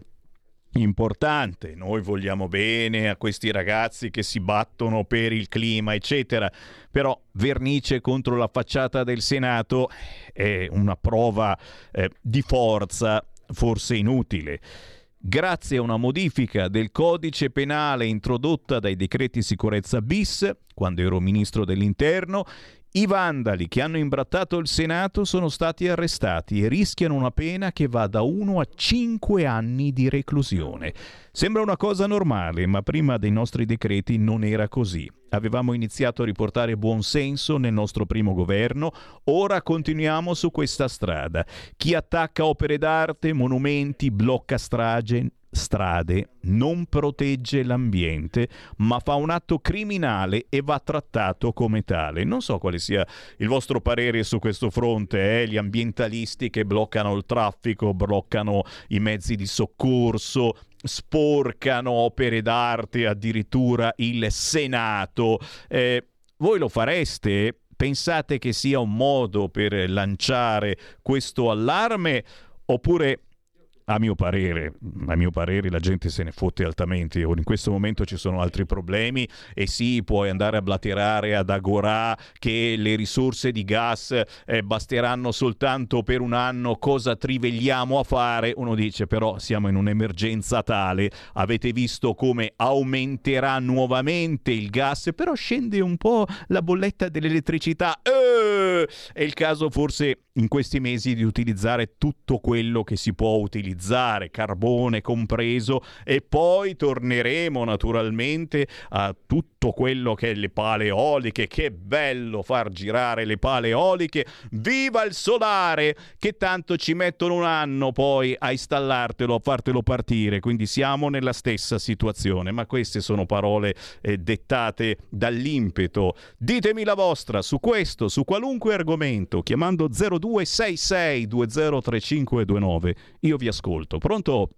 Importante, noi vogliamo bene a questi ragazzi che si battono per il clima, eccetera, però vernice contro la facciata del Senato è una prova eh, di forza forse inutile. Grazie a una modifica del codice penale introdotta dai decreti sicurezza bis, quando ero ministro dell'interno, i vandali che hanno imbrattato il Senato sono stati arrestati e rischiano una pena che va da uno a cinque anni di reclusione. Sembra una cosa normale, ma prima dei nostri decreti non era così. Avevamo iniziato a riportare buon senso nel nostro primo governo, ora continuiamo su questa strada. Chi attacca opere d'arte, monumenti, blocca strage, strade, non protegge l'ambiente, ma fa un atto criminale e va trattato come tale. Non so quale sia il vostro parere su questo fronte, eh? Gli ambientalisti che bloccano il traffico, bloccano i mezzi di soccorso, sporcano opere d'arte, addirittura il Senato. Eh, voi lo fareste? Pensate che sia un modo per lanciare questo allarme? Oppure, a mio parere, a mio parere la gente se ne fotte altamente. In questo momento ci sono altri problemi, e sì, puoi andare a blaterare ad Agorà che le risorse di gas eh, basteranno soltanto per un anno, cosa trivegliamo a fare? Uno dice, però siamo in un'emergenza tale, avete visto come aumenterà nuovamente il gas, però scende un po' la bolletta dell'elettricità. Eh, è il caso forse in questi mesi di utilizzare tutto quello che si può utilizzare, carbone compreso, e poi torneremo naturalmente a tutto quello che è le pale eoliche. Che bello far girare le pale eoliche, viva il solare, che tanto ci mettono un anno poi a installartelo, a fartelo partire, quindi siamo nella stessa situazione. Ma queste sono parole eh, dettate dall'impeto. Ditemi la vostra su questo, su qualunque argomento, chiamando zero due sei sei due zero tre cinque due nove. Io vi ascolto. Pronto?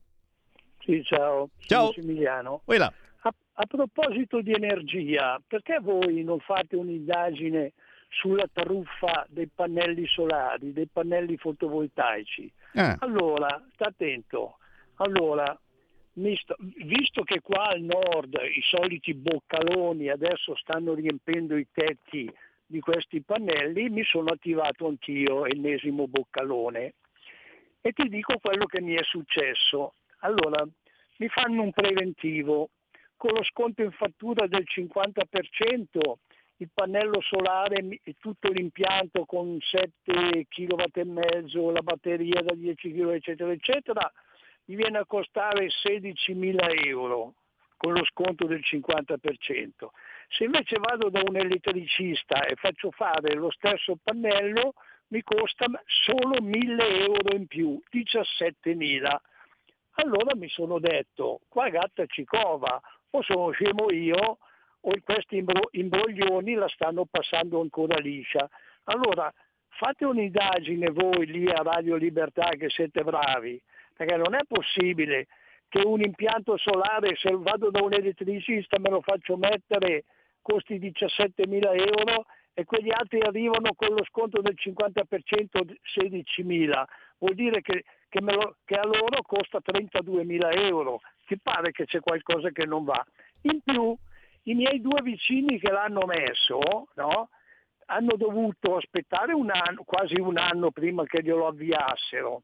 Sì, ciao. Ciao. Sono Emiliano. Voilà. A, a proposito di energia, perché voi non fate un'indagine sulla truffa dei pannelli solari, dei pannelli fotovoltaici? Eh. Allora, sta attento. Allora, visto, visto che qua al nord i soliti boccaloni adesso stanno riempendo i tetti di questi pannelli, mi sono attivato anch'io, ennesimo boccalone. E ti dico quello che mi è successo. Allora, mi fanno un preventivo con lo sconto in fattura del cinquanta per cento, il pannello solare e tutto l'impianto con sette chilowatt e mezzo, la batteria da dieci chilowatt eccetera eccetera, mi viene a costare sedicimila euro con lo sconto del cinquanta per cento. Se invece vado da un elettricista e faccio fare lo stesso pannello, mi costa solo mille euro in più, diciassettemila. Allora mi sono detto, qua gatta ci cova, o sono scemo io, o questi imbroglioni la stanno passando ancora liscia. Allora fate un'indagine voi lì a Radio Libertà che siete bravi, perché non è possibile che un impianto solare, se vado da un elettricista me lo faccio mettere, costi diciassettemila euro e quegli altri arrivano con lo sconto del cinquanta per cento sedicimila. Vuol dire che, che, me lo, che a loro costa trentaduemila euro. Ti pare che c'è qualcosa che non va? In più, i miei due vicini che l'hanno messo, no, hanno dovuto aspettare un anno, quasi un anno prima che glielo avviassero.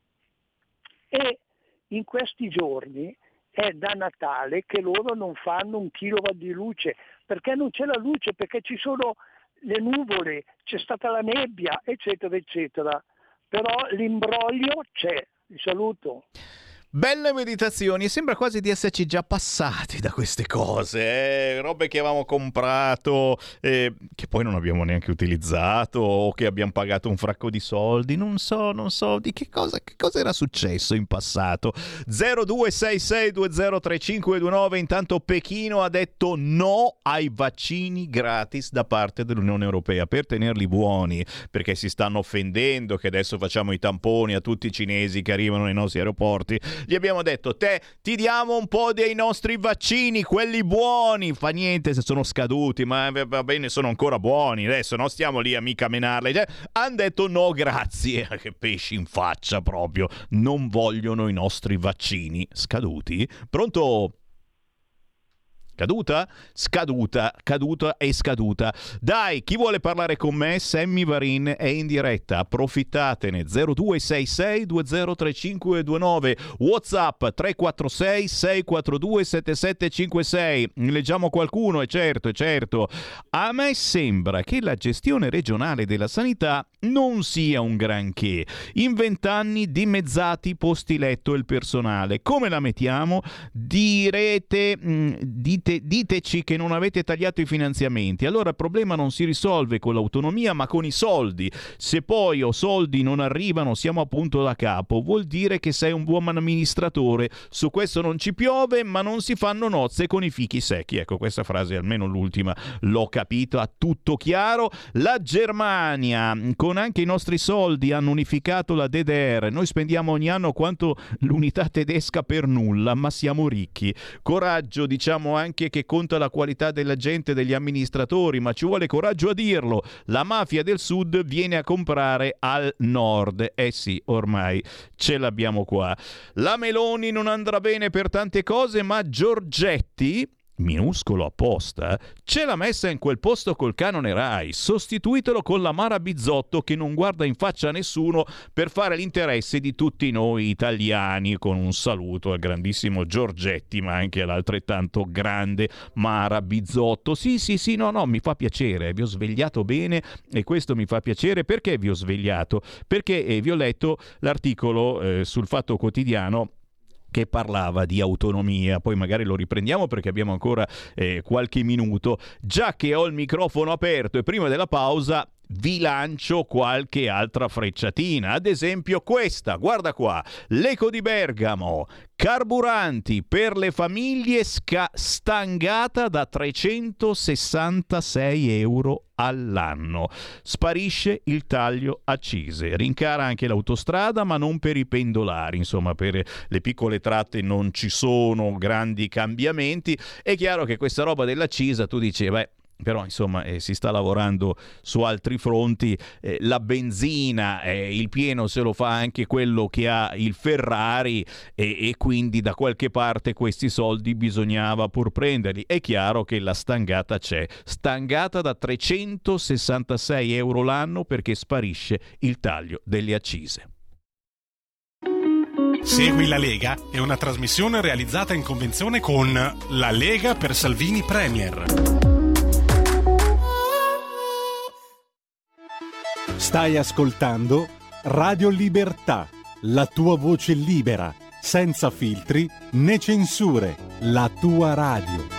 E in questi giorni è da Natale che loro non fanno un kilowatt di luce, perché non c'è la luce, perché ci sono le nuvole, c'è stata la nebbia, eccetera, eccetera. Però l'imbroglio c'è. Vi saluto. Belle meditazioni, sembra quasi di esserci già passati da queste cose, eh? Robe che avevamo comprato, eh, che poi non abbiamo neanche utilizzato, o che abbiamo pagato un fracco di soldi, non so, non so di che cosa, che cosa era successo in passato. zero due sei sei due zero tre cinque due nove, intanto Pechino ha detto no ai vaccini gratis da parte dell'Unione Europea per tenerli buoni, perché si stanno offendendo che adesso facciamo i tamponi a tutti i cinesi che arrivano nei nostri aeroporti. Gli abbiamo detto, te ti diamo un po' dei nostri vaccini, quelli buoni, fa niente se sono scaduti, ma va bene, sono ancora buoni, adesso non stiamo lì a mica menarli. Cioè, hanno detto no grazie, che pesci in faccia proprio, non vogliono i nostri vaccini scaduti. Pronto? Caduta? Scaduta, caduta e scaduta. Dai, chi vuole parlare con me? Sammy Varin è in diretta, approfittatene. zero due sei sei due zero tre cinque due nove, WhatsApp tre quattro sei sei quattro due sette sette cinque sei. Leggiamo qualcuno, è certo, è certo. A me sembra che la gestione regionale della sanità non sia un granché. In vent'anni dimezzati posti letto e il personale. Come la mettiamo? Direte, mh, dite Diteci che non avete tagliato i finanziamenti, allora il problema non si risolve con l'autonomia ma con i soldi. Se poi o soldi non arrivano, siamo appunto da capo, vuol dire che sei un buon amministratore. Su questo non ci piove, ma non si fanno nozze con i fichi secchi. Ecco, questa frase, almeno l'ultima, l'ho capito, a tutto chiaro. La Germania, con anche i nostri soldi, hanno unificato la D D R. Noi spendiamo ogni anno quanto l'unità tedesca per nulla, ma siamo ricchi. Coraggio, diciamo anche che conta la qualità della gente, degli amministratori, ma ci vuole coraggio a dirlo. La mafia del sud viene a comprare al nord. Eh sì, ormai ce l'abbiamo qua. La Meloni non andrà bene per tante cose, ma Giorgetti, minuscolo apposta, ce l'ha messa in quel posto col canone Rai. Sostituitelo con la Mara Bizzotto, che non guarda in faccia a nessuno per fare l'interesse di tutti noi italiani. Con un saluto al grandissimo Giorgetti, ma anche all'altrettanto grande Mara Bizzotto. Sì, sì, sì, no, no, mi fa piacere, vi ho svegliato bene e questo mi fa piacere. Perché vi ho svegliato? Perché eh, vi ho letto l'articolo eh, sul Fatto Quotidiano che parlava di autonomia, poi magari lo riprendiamo perché abbiamo ancora eh, qualche minuto. Già che ho il microfono aperto e prima della pausa vi lancio qualche altra frecciatina, ad esempio questa, guarda qua, l'Eco di Bergamo, carburanti per le famiglie sca- stangata da trecentosessantasei euro all'anno. Sparisce il taglio accise, rincara anche l'autostrada ma non per i pendolari, insomma per le piccole tratte non ci sono grandi cambiamenti. È chiaro che questa roba dell'accisa tu dici, beh, però insomma eh, si sta lavorando su altri fronti, eh, la benzina, eh, il pieno se lo fa anche quello che ha il Ferrari e, e quindi da qualche parte questi soldi bisognava pur prenderli. È chiaro che la stangata c'è, stangata da trecentosessantasei euro l'anno perché sparisce il taglio delle accise. Segui la Lega è una trasmissione realizzata in convenzione con La Lega per Salvini Premier. Stai ascoltando Radio Libertà, la tua voce libera, senza filtri né censure, la tua radio.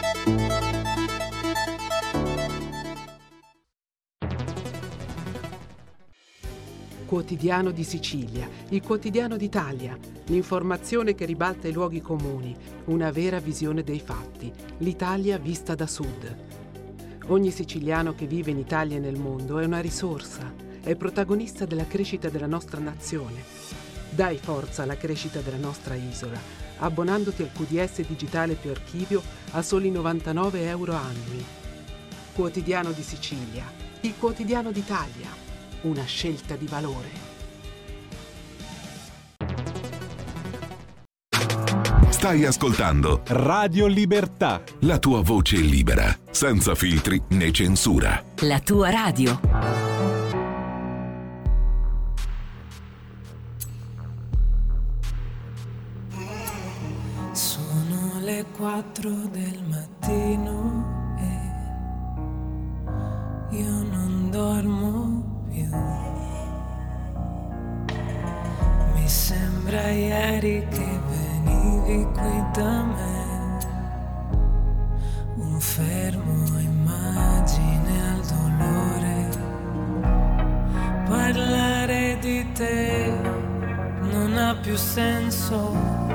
Quotidiano di Sicilia, il quotidiano d'Italia, l'informazione che ribalta i luoghi comuni, una vera visione dei fatti, l'Italia vista da sud. Ogni siciliano che vive in Italia e nel mondo è una risorsa, è protagonista della crescita della nostra nazione. Dai forza alla crescita della nostra isola, abbonandoti al Q D S digitale più archivio a soli novantanove euro annui. Quotidiano di Sicilia, il quotidiano d'Italia. Una scelta di valore. Stai ascoltando Radio Libertà, la tua voce libera, senza filtri né censura. La tua radio. Sono le quattro del mattino e io non dormo. Mi sembra ieri che venivi qui da me, un fermo immagine al dolore. Parlare di te non ha più senso,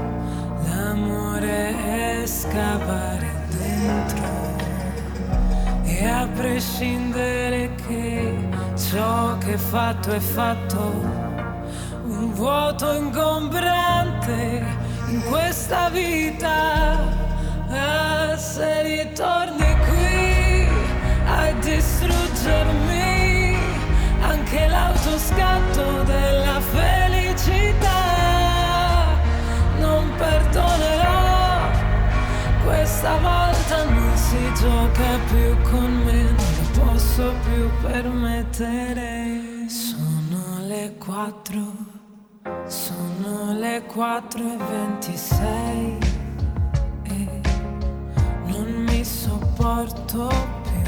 l'amore è scavare dentro. E a prescindere che ciò che fatto è fatto, un vuoto ingombrante in questa vita. Ah, se ritorni qui a distruggermi anche l'autoscatto della felicità, non perdonerò. Questa volta non si gioca più con me, non lo posso più permettere. Sono le quattro, sono le quattro e ventisei e non mi sopporto più.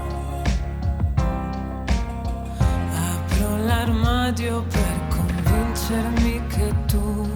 Apro l'armadio per convincermi che tu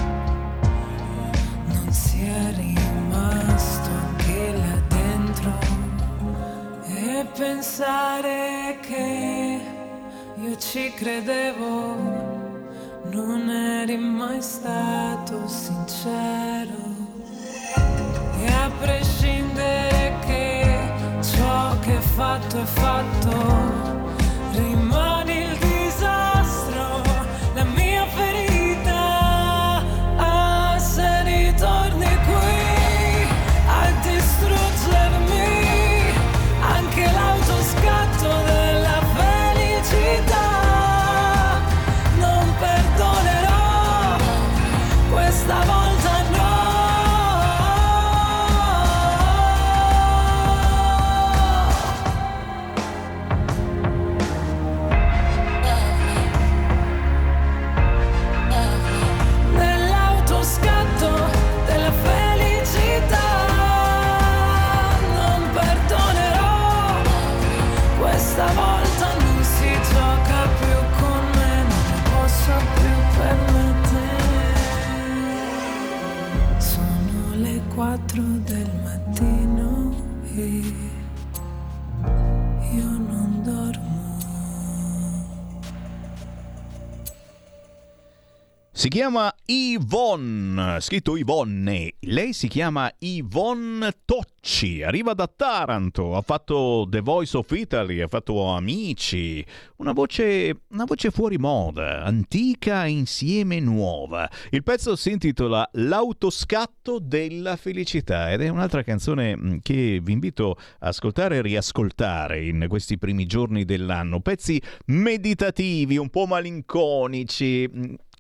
non sia rimasto anche là dentro, e pensare che io ci credevo, non eri mai stato sincero. E a prescindere che ciò che è fatto è fatto, rimane il disastro, la mia ferita. Ah, se ritorni qui a distruggermi anche l'autoscatto della felicità, non perdonerò, questa volta no. Nell'autoscatto della felicità non perdonerò, questa volta non si gioca più con me, non lo posso più permettere. Sono le quattro del mattino e io non dormo. Si chiama Yvonne, scritto Yvonne. Lei si chiama Yvonne Tocci, arriva da Taranto, ha fatto The Voice of Italy, ha fatto Amici, una voce, una voce fuori moda, antica insieme nuova. Il pezzo si intitola L'autoscatto della felicità ed è un'altra canzone che vi invito a ascoltare e riascoltare in questi primi giorni dell'anno. Pezzi meditativi, un po' malinconici,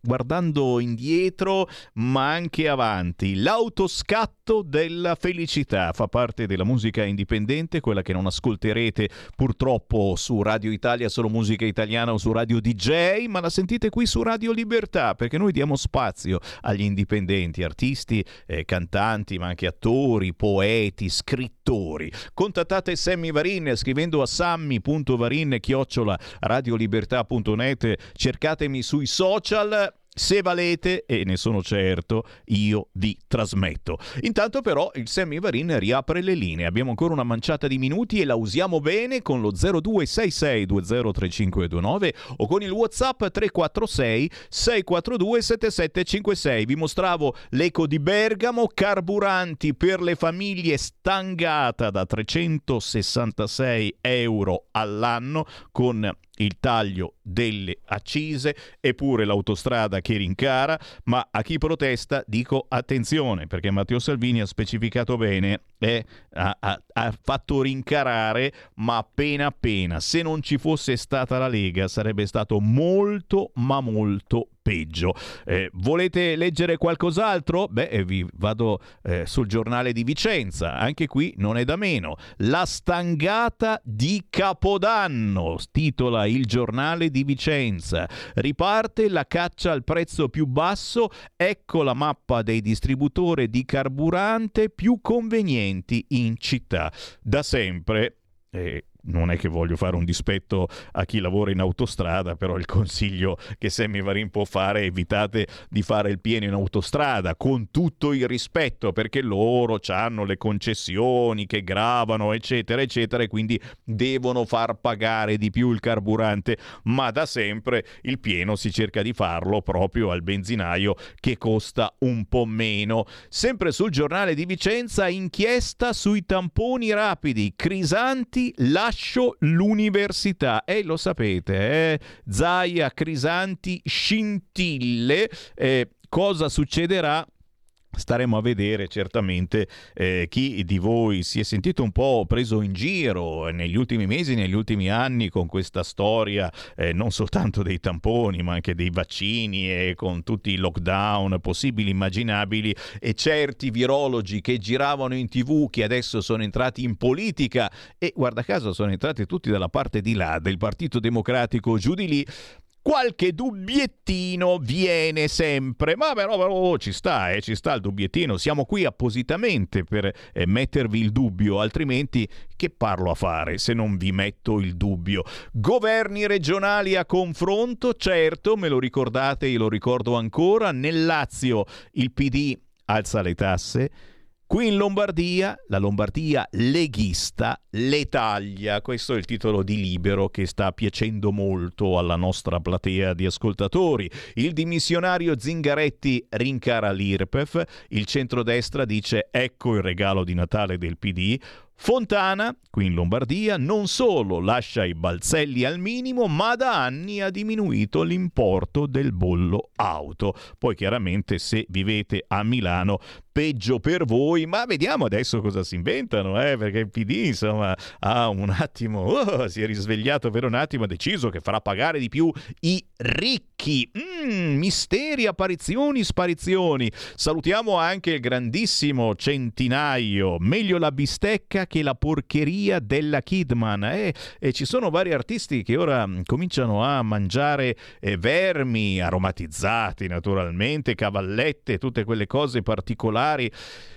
guardando indietro ma anche avanti. L'autoscatto della felicità fa parte della musica indipendente, quella che non ascolterete purtroppo su Radio Italia, solo musica italiana, o su Radio D J, ma la sentite qui su Radio Libertà, perché noi diamo spazio agli indipendenti, artisti, eh, cantanti, ma anche attori, poeti, scrittori. Contattate Sammy Varin scrivendo a sammy punto varin chiocciola radiolibertà punto net, cercatemi sui social. Se valete, e ne sono certo, io vi trasmetto. Intanto però il Sammy Varin riapre le linee. Abbiamo ancora una manciata di minuti e la usiamo bene con lo zero due sei sei due zero tre cinque due nove o con il WhatsApp tre quattro sei sei quattro due sette sette cinque sei. Vi mostravo l'Eco di Bergamo, carburanti per le famiglie stangata da trecentosessantasei euro all'anno con il taglio delle accise, eppure l'autostrada che rincara. Ma a chi protesta dico attenzione, perché Matteo Salvini ha specificato bene, eh, ha, ha, ha fatto rincarare, ma appena appena. Se non ci fosse stata la Lega sarebbe stato molto ma molto peggio. Eh, volete leggere qualcos'altro? Beh, eh, vi vado eh, sul giornale di Vicenza, anche qui non è da meno. La stangata di Capodanno, titola il giornale di Vicenza. Riparte la caccia al prezzo più basso, ecco la mappa dei distributori di carburante più convenienti in città. Da sempre, eh, non è che voglio fare un dispetto a chi lavora in autostrada, però il consiglio che Sammy Varin può fare è: evitate di fare il pieno in autostrada, con tutto il rispetto, perché loro hanno le concessioni che gravano eccetera eccetera e quindi devono far pagare di più il carburante, ma da sempre il pieno si cerca di farlo proprio al benzinaio, che costa un po' meno. Sempre sul giornale di Vicenza, inchiesta sui tamponi rapidi, Crisanti lascia l'università. E eh, lo sapete, eh? Zaia, Crisanti, scintille. Eh, cosa succederà? Staremo a vedere. Certamente eh, chi di voi si è sentito un po' preso in giro negli ultimi mesi, negli ultimi anni, con questa storia eh, non soltanto dei tamponi ma anche dei vaccini, e con tutti i lockdown possibili, immaginabili, e certi virologi che giravano in tv, che adesso sono entrati in politica e guarda caso sono entrati tutti dalla parte di là del Partito Democratico, giù di lì. Qualche dubbiettino viene sempre, ma però, però ci sta, eh, ci sta il dubbiettino. Siamo qui appositamente per eh, mettervi il dubbio, altrimenti che parlo a fare se non vi metto il dubbio? Governi regionali a confronto, certo, me lo ricordate, io lo ricordo ancora. Nel Lazio il P D alza le tasse. Qui in Lombardia, la Lombardia leghista le taglia. Questo è il titolo di Libero, che sta piacendo molto alla nostra platea di ascoltatori. Il dimissionario Zingaretti rincara l'I R P E F, il centrodestra dice ecco il regalo di Natale del P D. Fontana, qui in Lombardia, non solo lascia i balzelli al minimo, ma da anni ha diminuito l'importo del bollo auto. Poi chiaramente se vivete a Milano, peggio per voi, ma vediamo adesso cosa si inventano, eh? Perché il P D insomma ha un attimo, oh, si è risvegliato per un attimo, ha deciso che farà pagare di più i ricchi. Mm, misteri, apparizioni, sparizioni. Salutiamo anche il grandissimo Centinaio. Meglio la bistecca che la porcheria della Kidman. Eh, e ci sono vari artisti che ora cominciano a mangiare eh, vermi aromatizzati, naturalmente, cavallette, tutte quelle cose particolari.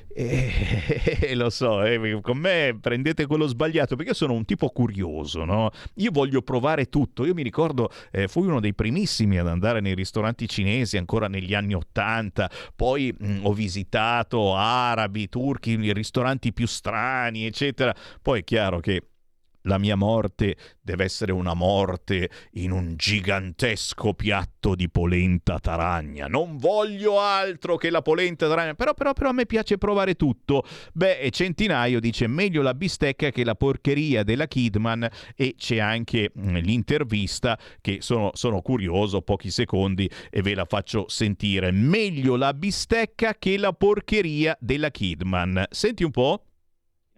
Eh, lo so, eh, con me prendete quello sbagliato, perché io sono un tipo curioso, no? Io voglio provare tutto. Io mi ricordo, eh, fui uno dei primissimi ad andare nei ristoranti cinesi ancora negli anni ottanta, poi mh, ho visitato arabi, turchi, i ristoranti più strani, eccetera. Poi è chiaro che la mia morte deve essere una morte in un gigantesco piatto di polenta taragna. Non voglio altro che la polenta taragna, però, però, però a me piace provare tutto. Beh, e Centinaio dice meglio la bistecca che la porcheria della Kidman, e c'è anche mh, l'intervista che sono, sono curioso, pochi secondi e ve la faccio sentire. Meglio la bistecca che la porcheria della Kidman. Senti un po'.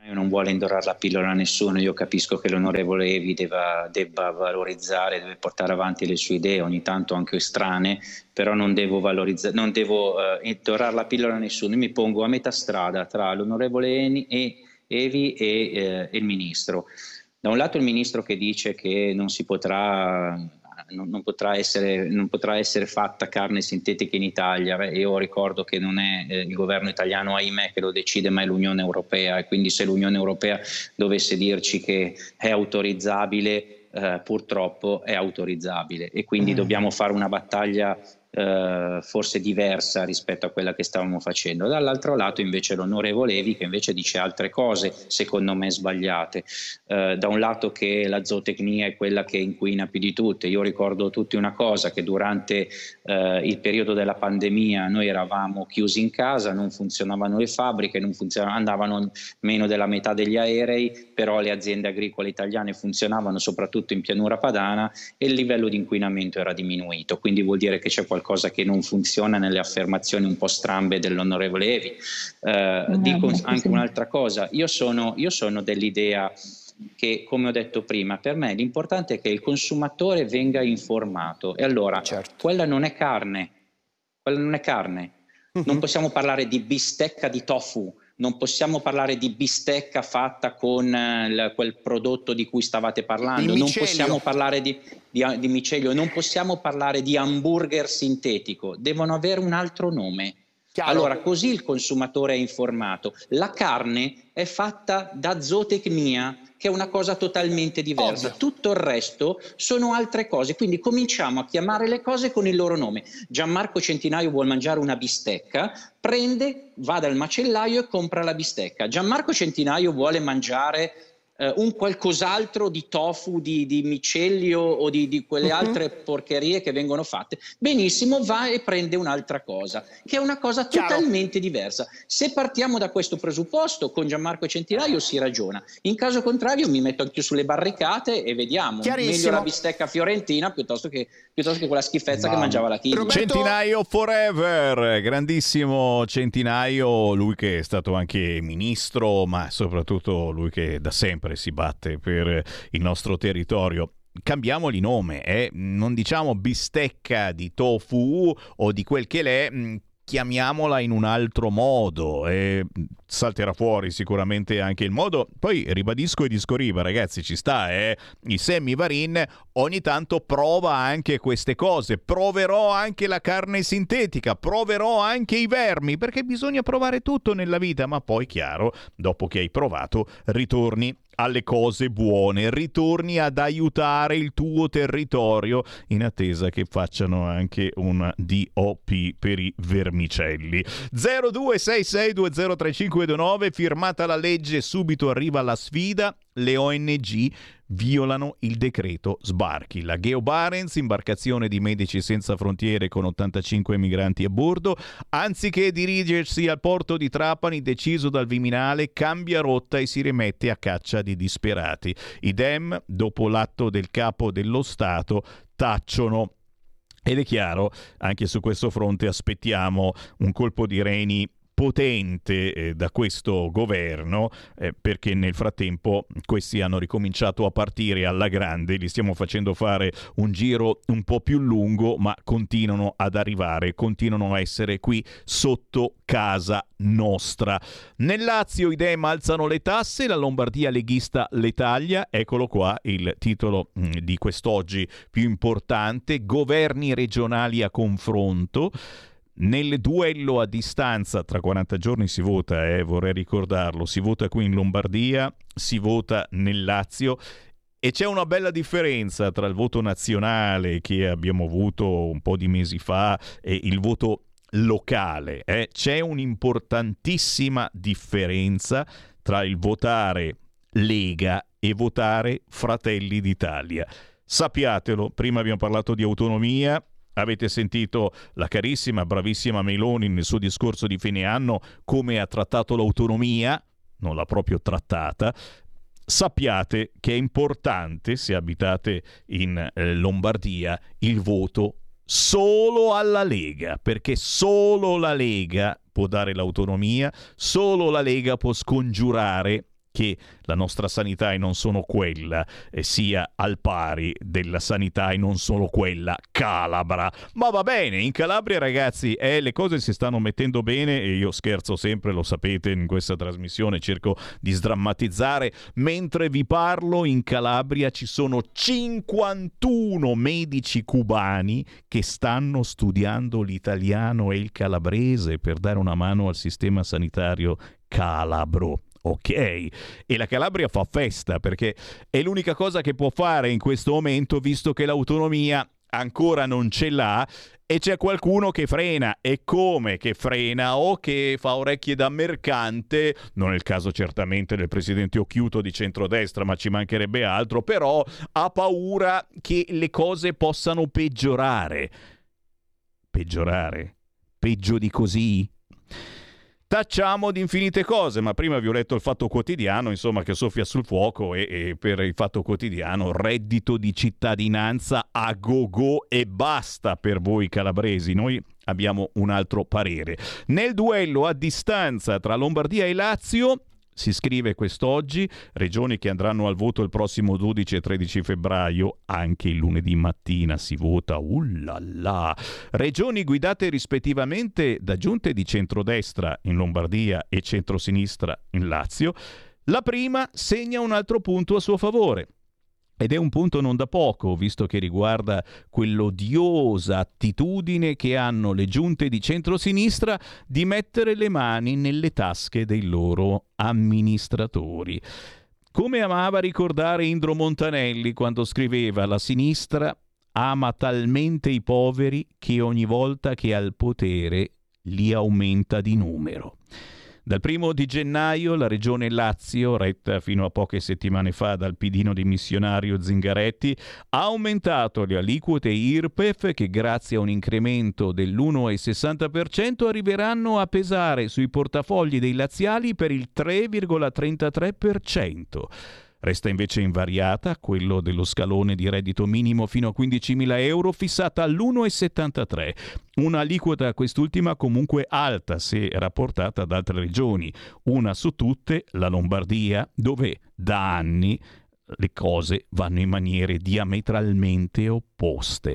Non vuole indorare la pillola a nessuno. Io capisco che l'onorevole Evi debba, debba valorizzare, deve portare avanti le sue idee, ogni tanto anche strane, però non devo valorizzare, non devo uh, indorare la pillola a nessuno. Io mi pongo a metà strada tra l'onorevole Eni e Evi e, eh, e il ministro. Da un lato il ministro che dice che non si potrà Non, non, potrà essere, non potrà essere fatta carne sintetica in Italia. Beh, io ricordo che non è eh, il governo italiano, ahimè, che lo decide, ma è l'Unione Europea, e quindi se l'Unione Europea dovesse dirci che è autorizzabile, eh, purtroppo è autorizzabile, e quindi mm. dobbiamo fare una battaglia eh, forse diversa rispetto a quella che stavamo facendo. Dall'altro lato invece l'onorevole Evi, che invece dice altre cose secondo me sbagliate, eh, da un lato che la zootecnia è quella che inquina più di tutte. Io ricordo tutti una cosa, che durante eh, il periodo della pandemia noi eravamo chiusi in casa, non funzionavano le fabbriche, non funzionavano, andavano meno della metà degli aerei, però le aziende agricole italiane funzionavano soprattutto in pianura padana e il livello di inquinamento era diminuito, quindi vuol dire che c'è qualcosa cosa che non funziona nelle affermazioni un po' strambe dell'onorevole Evi. Eh, no, dico anche un'altra cosa, io sono, io sono dell'idea che, come ho detto prima, per me l'importante è che il consumatore venga informato, e allora certo. quella non è carne, quella non è carne. Uh-huh. Non possiamo parlare di bistecca di tofu, non possiamo parlare di bistecca fatta con eh, quel prodotto di cui stavate parlando, non possiamo parlare di, di, di micelio, non possiamo parlare di hamburger sintetico, devono avere un altro nome. Chiaro. Allora così il consumatore è informato. La carne è fatta da zootecnia, che è una cosa totalmente diversa. Ovvio. Tutto il resto sono altre cose, quindi cominciamo a chiamare le cose con il loro nome. Gianmarco Centinaio vuol mangiare una bistecca, prende, va dal macellaio e compra la bistecca. Gianmarco Centinaio vuole mangiare eh, un qualcos'altro di tofu, di, di micelio o di, di quelle uh-huh. altre porcherie che vengono fatte. Benissimo, va e prende un'altra cosa, che è una cosa Chiaro. totalmente diversa. Se partiamo da questo presupposto, con Gianmarco Centinaio si ragiona. In caso contrario mi metto anche sulle barricate e vediamo. Meglio la bistecca fiorentina piuttosto che, piuttosto che quella schifezza no. che mangiava la Chini. Centinaio forever, grandissimo Centinaio, lui che è stato anche ministro, ma soprattutto lui che da sempre si batte per il nostro territorio. Cambiamogli nome, eh? Non diciamo bistecca di tofu o di quel che l'è, chiamiamola in un altro modo, e salterà fuori sicuramente anche il modo. Poi ribadisco e discoriva, ragazzi, ci sta, eh? Il Sammy Varin ogni tanto prova anche queste cose, proverò anche la carne sintetica, proverò anche i vermi, perché bisogna provare tutto nella vita, ma poi chiaro, dopo che hai provato ritorni alle cose buone, ritorni ad aiutare il tuo territorio in attesa che facciano anche una D O P per i vermicelli. zero due sei sei due zero tre cinque due nove, firmata la legge, subito arriva la sfida. Le O N G violano il decreto sbarchi. La Geo Barents, imbarcazione di Medici Senza Frontiere con ottantacinque migranti a bordo, anziché dirigersi al porto di Trapani deciso dal Viminale, cambia rotta e si rimette a caccia di disperati. I Dem, dopo l'atto del capo dello Stato, tacciono. Ed è chiaro, anche su questo fronte aspettiamo un colpo di reni potente eh, da questo governo, eh, perché nel frattempo questi hanno ricominciato a partire alla grande, li stiamo facendo fare un giro un po' più lungo, ma continuano ad arrivare, continuano a essere qui sotto casa nostra. Nel Lazio i Dem alzano le tasse, la Lombardia leghista le taglia, eccolo qua il titolo mh, di quest'oggi più importante, governi regionali a confronto. Nel duello a distanza, tra quaranta giorni si vota, eh, vorrei ricordarlo, si vota qui in Lombardia, si vota nel Lazio, e c'è una bella differenza tra il voto nazionale che abbiamo avuto un po' di mesi fa e il voto locale. Eh. C'è un'importantissima differenza tra il votare Lega e votare Fratelli d'Italia. Sappiatelo, prima abbiamo parlato di autonomia. Avete sentito la carissima, bravissima Meloni nel suo discorso di fine anno come ha trattato l'autonomia, non l'ha proprio trattata. Sappiate che è importante, se abitate in eh, Lombardia, il voto solo alla Lega, perché solo la Lega può dare l'autonomia, solo la Lega può scongiurare che la nostra sanità e non solo quella eh, sia al pari della sanità e non solo quella calabra. Ma va bene, in Calabria ragazzi eh, le cose si stanno mettendo bene e io scherzo sempre, lo sapete, in questa trasmissione cerco di sdrammatizzare. Mentre vi parlo, in Calabria ci sono cinquantuno medici cubani che stanno studiando l'italiano e il calabrese per dare una mano al sistema sanitario calabro. Ok, e la Calabria fa festa perché è l'unica cosa che può fare in questo momento, visto che l'autonomia ancora non ce l'ha e c'è qualcuno che frena. E come che frena o che fa orecchie da mercante? Non è il caso certamente del presidente Occhiuto di centrodestra, ma ci mancherebbe altro, però ha paura che le cose possano peggiorare. Peggiorare? Peggio di così? Tacciamo di infinite cose, ma prima vi ho letto il Fatto Quotidiano, insomma, che soffia sul fuoco e, e per il Fatto Quotidiano reddito di cittadinanza a go-go e basta per voi calabresi. Noi abbiamo un altro parere. Nel duello a distanza tra Lombardia e Lazio, si scrive quest'oggi, regioni che andranno al voto il prossimo dodici e tredici febbraio, anche il lunedì mattina si vota, ullala, regioni guidate rispettivamente da giunte di centrodestra in Lombardia e centrosinistra in Lazio. La prima segna un altro punto a suo favore. Ed è un punto non da poco, visto che riguarda quell'odiosa attitudine che hanno le giunte di centrosinistra di mettere le mani nelle tasche dei loro amministratori. Come amava ricordare Indro Montanelli quando scriveva: la sinistra ama talmente i poveri che ogni volta che ha il potere li aumenta di numero. Dal primo di gennaio la regione Lazio, retta fino a poche settimane fa dal pidino dimissionario Zingaretti, ha aumentato le aliquote I R P E F che grazie a un incremento dell'uno virgola sessanta per cento arriveranno a pesare sui portafogli dei laziali per il tre virgola trentatré per cento. Resta invece invariata quello dello scalone di reddito minimo fino a quindicimila euro, fissata all'uno virgola settantatré. Un'aliquota quest'ultima comunque alta se rapportata ad altre regioni. Una su tutte, la Lombardia, dove da anni le cose vanno in maniere diametralmente opposte.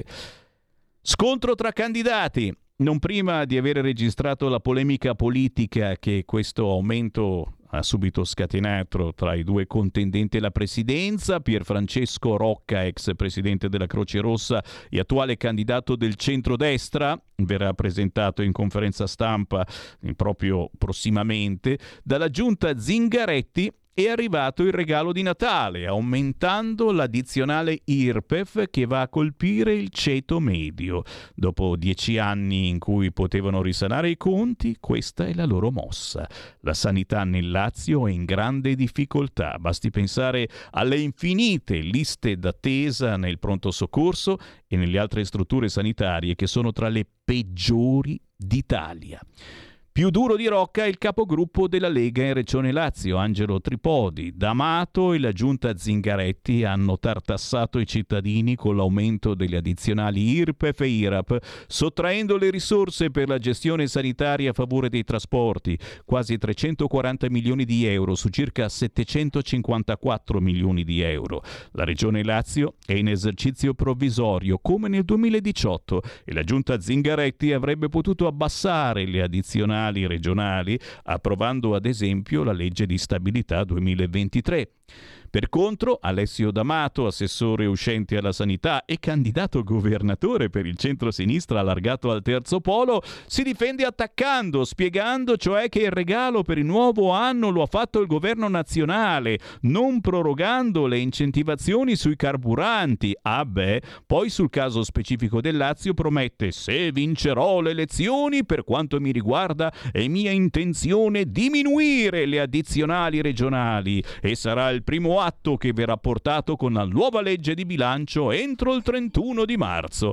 Scontro tra candidati. Non prima di aver registrato la polemica politica che questo aumento ha subito scatenato tra i due contendenti alla presidenza, Pierfrancesco Rocca, ex presidente della Croce Rossa e attuale candidato del centrodestra, verrà presentato in conferenza stampa proprio prossimamente, dalla giunta Zingaretti è arrivato il regalo di Natale, aumentando l'addizionale I R P E F che va a colpire il ceto medio. Dopo dieci anni in cui potevano risanare i conti, questa è la loro mossa. La sanità nel Lazio è in grande difficoltà. Basti pensare alle infinite liste d'attesa nel pronto soccorso e nelle altre strutture sanitarie che sono tra le peggiori d'Italia. Più duro di Rocca è il capogruppo della Lega in Regione Lazio, Angelo Tripodi. D'Amato e la giunta Zingaretti hanno tartassato i cittadini con l'aumento delle addizionali I R P E F e I R A P, sottraendo le risorse per la gestione sanitaria a favore dei trasporti, quasi trecentoquaranta milioni di euro su circa settecentocinquantaquattro milioni di euro. La Regione Lazio è in esercizio provvisorio, come nel duemiladiciotto, e la giunta Zingaretti avrebbe potuto abbassare le addizionali regionali, approvando ad esempio la legge di stabilità duemilaventitré. Per contro, Alessio D'Amato, assessore uscente alla sanità e candidato governatore per il centro-sinistra allargato al terzo polo, si difende attaccando, spiegando cioè che il regalo per il nuovo anno lo ha fatto il governo nazionale, non prorogando le incentivazioni sui carburanti. Ah beh, poi sul caso specifico del Lazio promette: se vincerò le elezioni, per quanto mi riguarda, è mia intenzione diminuire le addizionali regionali e sarà il primo atto che verrà portato con la nuova legge di bilancio entro il trentuno di marzo.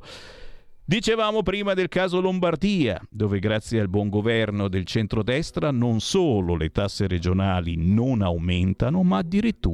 Dicevamo prima del caso Lombardia, dove grazie al buon governo del centrodestra non solo le tasse regionali non aumentano, ma addirittura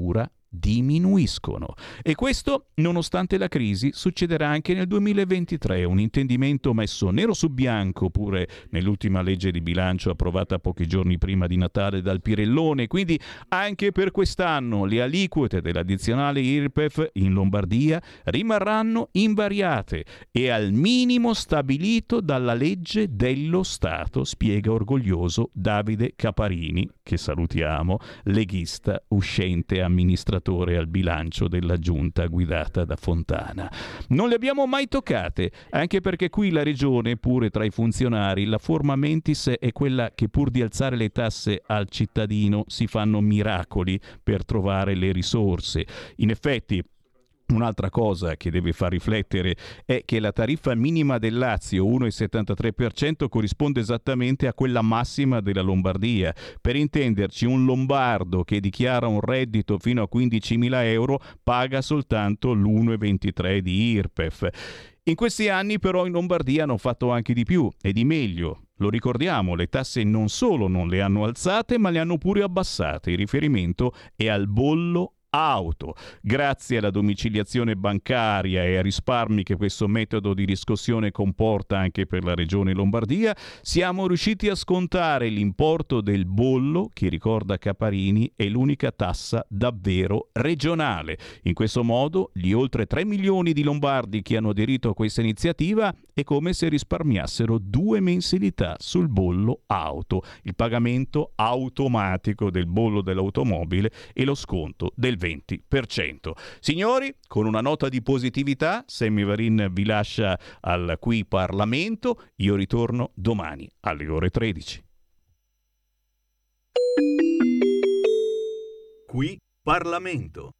diminuiscono. E questo, nonostante la crisi, succederà anche nel duemilaventitré, un intendimento messo nero su bianco pure nell'ultima legge di bilancio approvata pochi giorni prima di Natale dal Pirellone. Quindi anche per quest'anno le aliquote dell'addizionale I R P E F in Lombardia rimarranno invariate e al minimo stabilito dalla legge dello Stato, spiega orgoglioso Davide Caparini, che salutiamo, leghista uscente amministratore al bilancio della giunta guidata da Fontana. Non le abbiamo mai toccate, anche perché qui la regione, pure tra i funzionari, la forma mentis è quella che pur di alzare le tasse al cittadino si fanno miracoli per trovare le risorse. In effetti, un'altra cosa che deve far riflettere è che la tariffa minima del Lazio, uno virgola settantatré per cento, corrisponde esattamente a quella massima della Lombardia. Per intenderci, un lombardo che dichiara un reddito fino a quindicimila euro paga soltanto l'uno virgola ventitré di I R P E F. In questi anni però in Lombardia hanno fatto anche di più e di meglio. Lo ricordiamo, le tasse non solo non le hanno alzate, ma le hanno pure abbassate. Il riferimento è al bollo auto. Grazie alla domiciliazione bancaria e ai risparmi che questo metodo di riscossione comporta anche per la regione Lombardia, siamo riusciti a scontare l'importo del bollo, che, ricorda Caparini, è l'unica tassa davvero regionale. In questo modo gli oltre tre milioni di lombardi che hanno aderito a questa iniziativa è come se risparmiassero due mensilità sul bollo auto, il pagamento automatico del bollo dell'automobile e lo sconto del venti per cento. Signori, con una nota di positività, Sammy Varin vi lascia al Qui Parlamento. Io ritorno domani alle ore tredici. Qui Parlamento.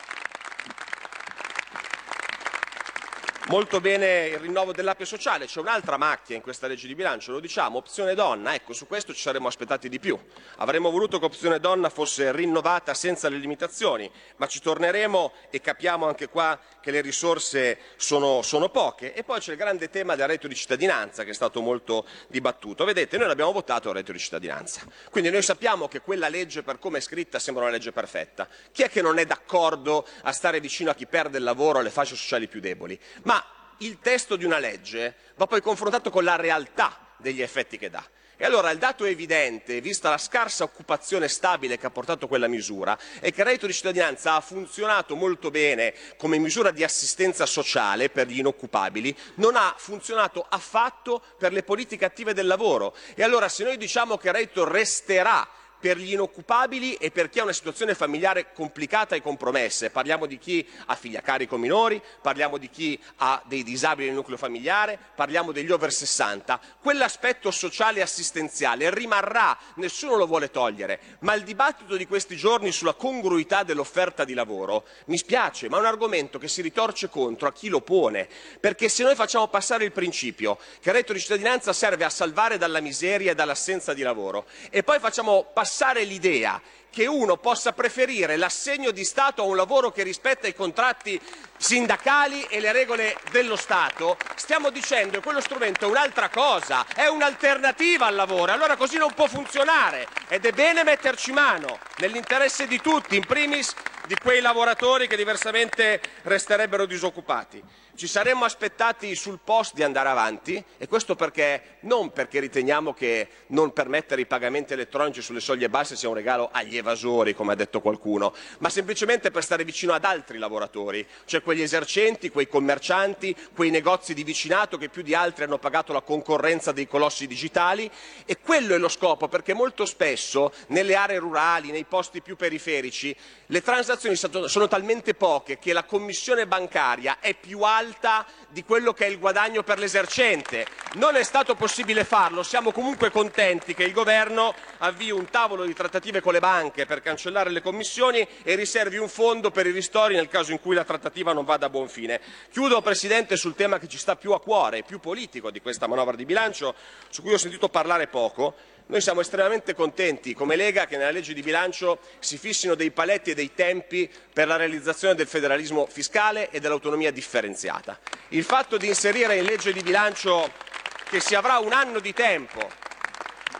Molto bene il rinnovo dell'A P E sociale, c'è un'altra macchia in questa legge di bilancio, lo diciamo, opzione donna, ecco, su questo ci saremmo aspettati di più. Avremmo voluto che opzione donna fosse rinnovata senza le limitazioni, ma ci torneremo e capiamo anche qua che le risorse sono, sono poche. E poi c'è il grande tema del reddito di cittadinanza che è stato molto dibattuto. Vedete, noi abbiamo votato il reddito di cittadinanza, quindi noi sappiamo che quella legge per come è scritta sembra una legge perfetta. Chi è che non è d'accordo a stare vicino a chi perde il lavoro, alle fasce sociali più deboli? Ma il testo di una legge va poi confrontato con la realtà degli effetti che dà. E allora il dato evidente, vista la scarsa occupazione stabile che ha portato quella misura, è che il reddito di cittadinanza ha funzionato molto bene come misura di assistenza sociale per gli inoccupabili, non ha funzionato affatto per le politiche attive del lavoro. E allora se noi diciamo che il reddito resterà per gli inoccupabili e per chi ha una situazione familiare complicata e compromessa, parliamo di chi ha figli a carico minori, parliamo di chi ha dei disabili nel nucleo familiare, parliamo degli over sessanta, quell'aspetto sociale e assistenziale rimarrà, nessuno lo vuole togliere, ma il dibattito di questi giorni sulla congruità dell'offerta di lavoro, mi spiace, ma è un argomento che si ritorce contro a chi lo pone, perché se noi facciamo passare il principio che il reddito di cittadinanza serve a salvare dalla miseria e dall'assenza di lavoro e poi facciamo passare passare l'idea che uno possa preferire l'assegno di Stato a un lavoro che rispetta i contratti sindacali e le regole dello Stato, stiamo dicendo che quello strumento è un'altra cosa, è un'alternativa al lavoro, allora così non può funzionare ed è bene metterci mano nell'interesse di tutti, in primis di quei lavoratori che diversamente resterebbero disoccupati. Ci saremmo aspettati sul post di andare avanti e questo perché non perché riteniamo che non permettere i pagamenti elettronici sulle soglie basse sia un regalo agli evasori, come ha detto qualcuno, ma semplicemente per stare vicino ad altri lavoratori, cioè quegli esercenti, quei commercianti, quei negozi di vicinato che più di altri hanno pagato la concorrenza dei colossi digitali e quello è lo scopo, perché molto spesso nelle aree rurali, nei posti più periferici, le transazioni sono talmente poche che la commissione bancaria è più alta di quello che è il guadagno per l'esercente. Non è stato possibile farlo, siamo comunque contenti che il governo avvii un tavolo di trattative con le banche per cancellare le commissioni e riservi un fondo per i ristori nel caso in cui la trattativa non vada a buon fine. Chiudo, Presidente, sul tema che ci sta più a cuore, più politico di questa manovra di bilancio, su cui ho sentito parlare poco. Noi siamo estremamente contenti come Lega che nella legge di bilancio si fissino dei paletti e dei tempi per la realizzazione del federalismo fiscale e dell'autonomia differenziata. Il fatto di inserire in legge di bilancio che si avrà un anno di tempo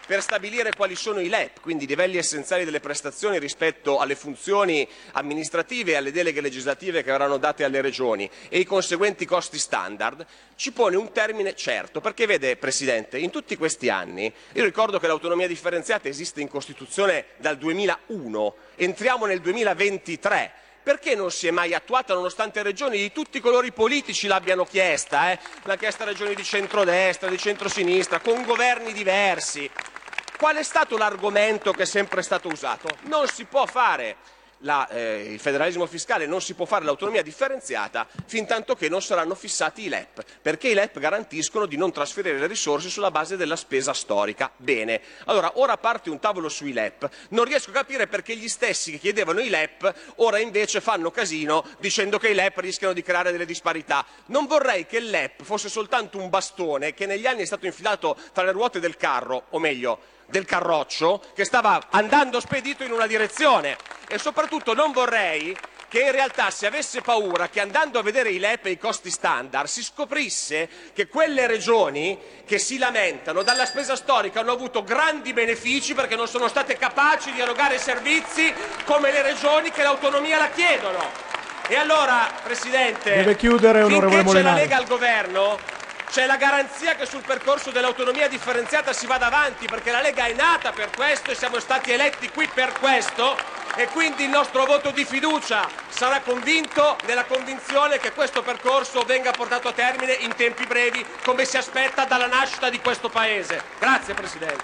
per stabilire quali sono i L E P, quindi i livelli essenziali delle prestazioni rispetto alle funzioni amministrative e alle deleghe legislative che verranno date alle regioni e i conseguenti costi standard, ci pone un termine certo, perché vede Presidente, in tutti questi anni, io ricordo che l'autonomia differenziata esiste in Costituzione dal duemilauno, entriamo nel duemilaventitré, perché non si è mai attuata nonostante regioni di tutti i colori politici l'abbiano chiesta, eh? L'ha chiesta regioni di centrodestra, di centrosinistra, con governi diversi. Qual è stato l'argomento che è sempre stato usato? Non si può fare la, eh, il federalismo fiscale, non si può fare l'autonomia differenziata fin tanto che non saranno fissati i L E P, perché i L E P garantiscono di non trasferire le risorse sulla base della spesa storica. Bene, allora ora parte un tavolo sui L E P, non riesco a capire perché gli stessi che chiedevano i L E P ora invece fanno casino dicendo che i L E P rischiano di creare delle disparità. Non vorrei che il L E P fosse soltanto un bastone che negli anni è stato infilato tra le ruote del carro, o meglio del carroccio, che stava andando spedito in una direzione, e soprattutto non vorrei che in realtà si avesse paura che andando a vedere i L E P e i costi standard si scoprisse che quelle regioni che si lamentano dalla spesa storica hanno avuto grandi benefici perché non sono state capaci di erogare servizi come le regioni che l'autonomia la chiedono. E allora, Presidente, deve chiudere, onorevole finché c'è la Molinari. Lega al governo c'è la garanzia che sul percorso dell'autonomia differenziata si vada avanti, perché la Lega è nata per questo e siamo stati eletti qui per questo, e quindi il nostro voto di fiducia sarà convinto nella convinzione che questo percorso venga portato a termine in tempi brevi, come si aspetta dalla nascita di questo Paese. Grazie Presidente.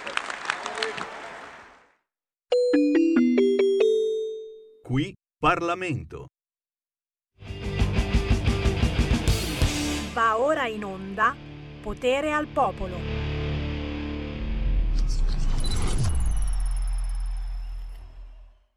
Qui Parlamento. Va ora in onda Potere al Popolo.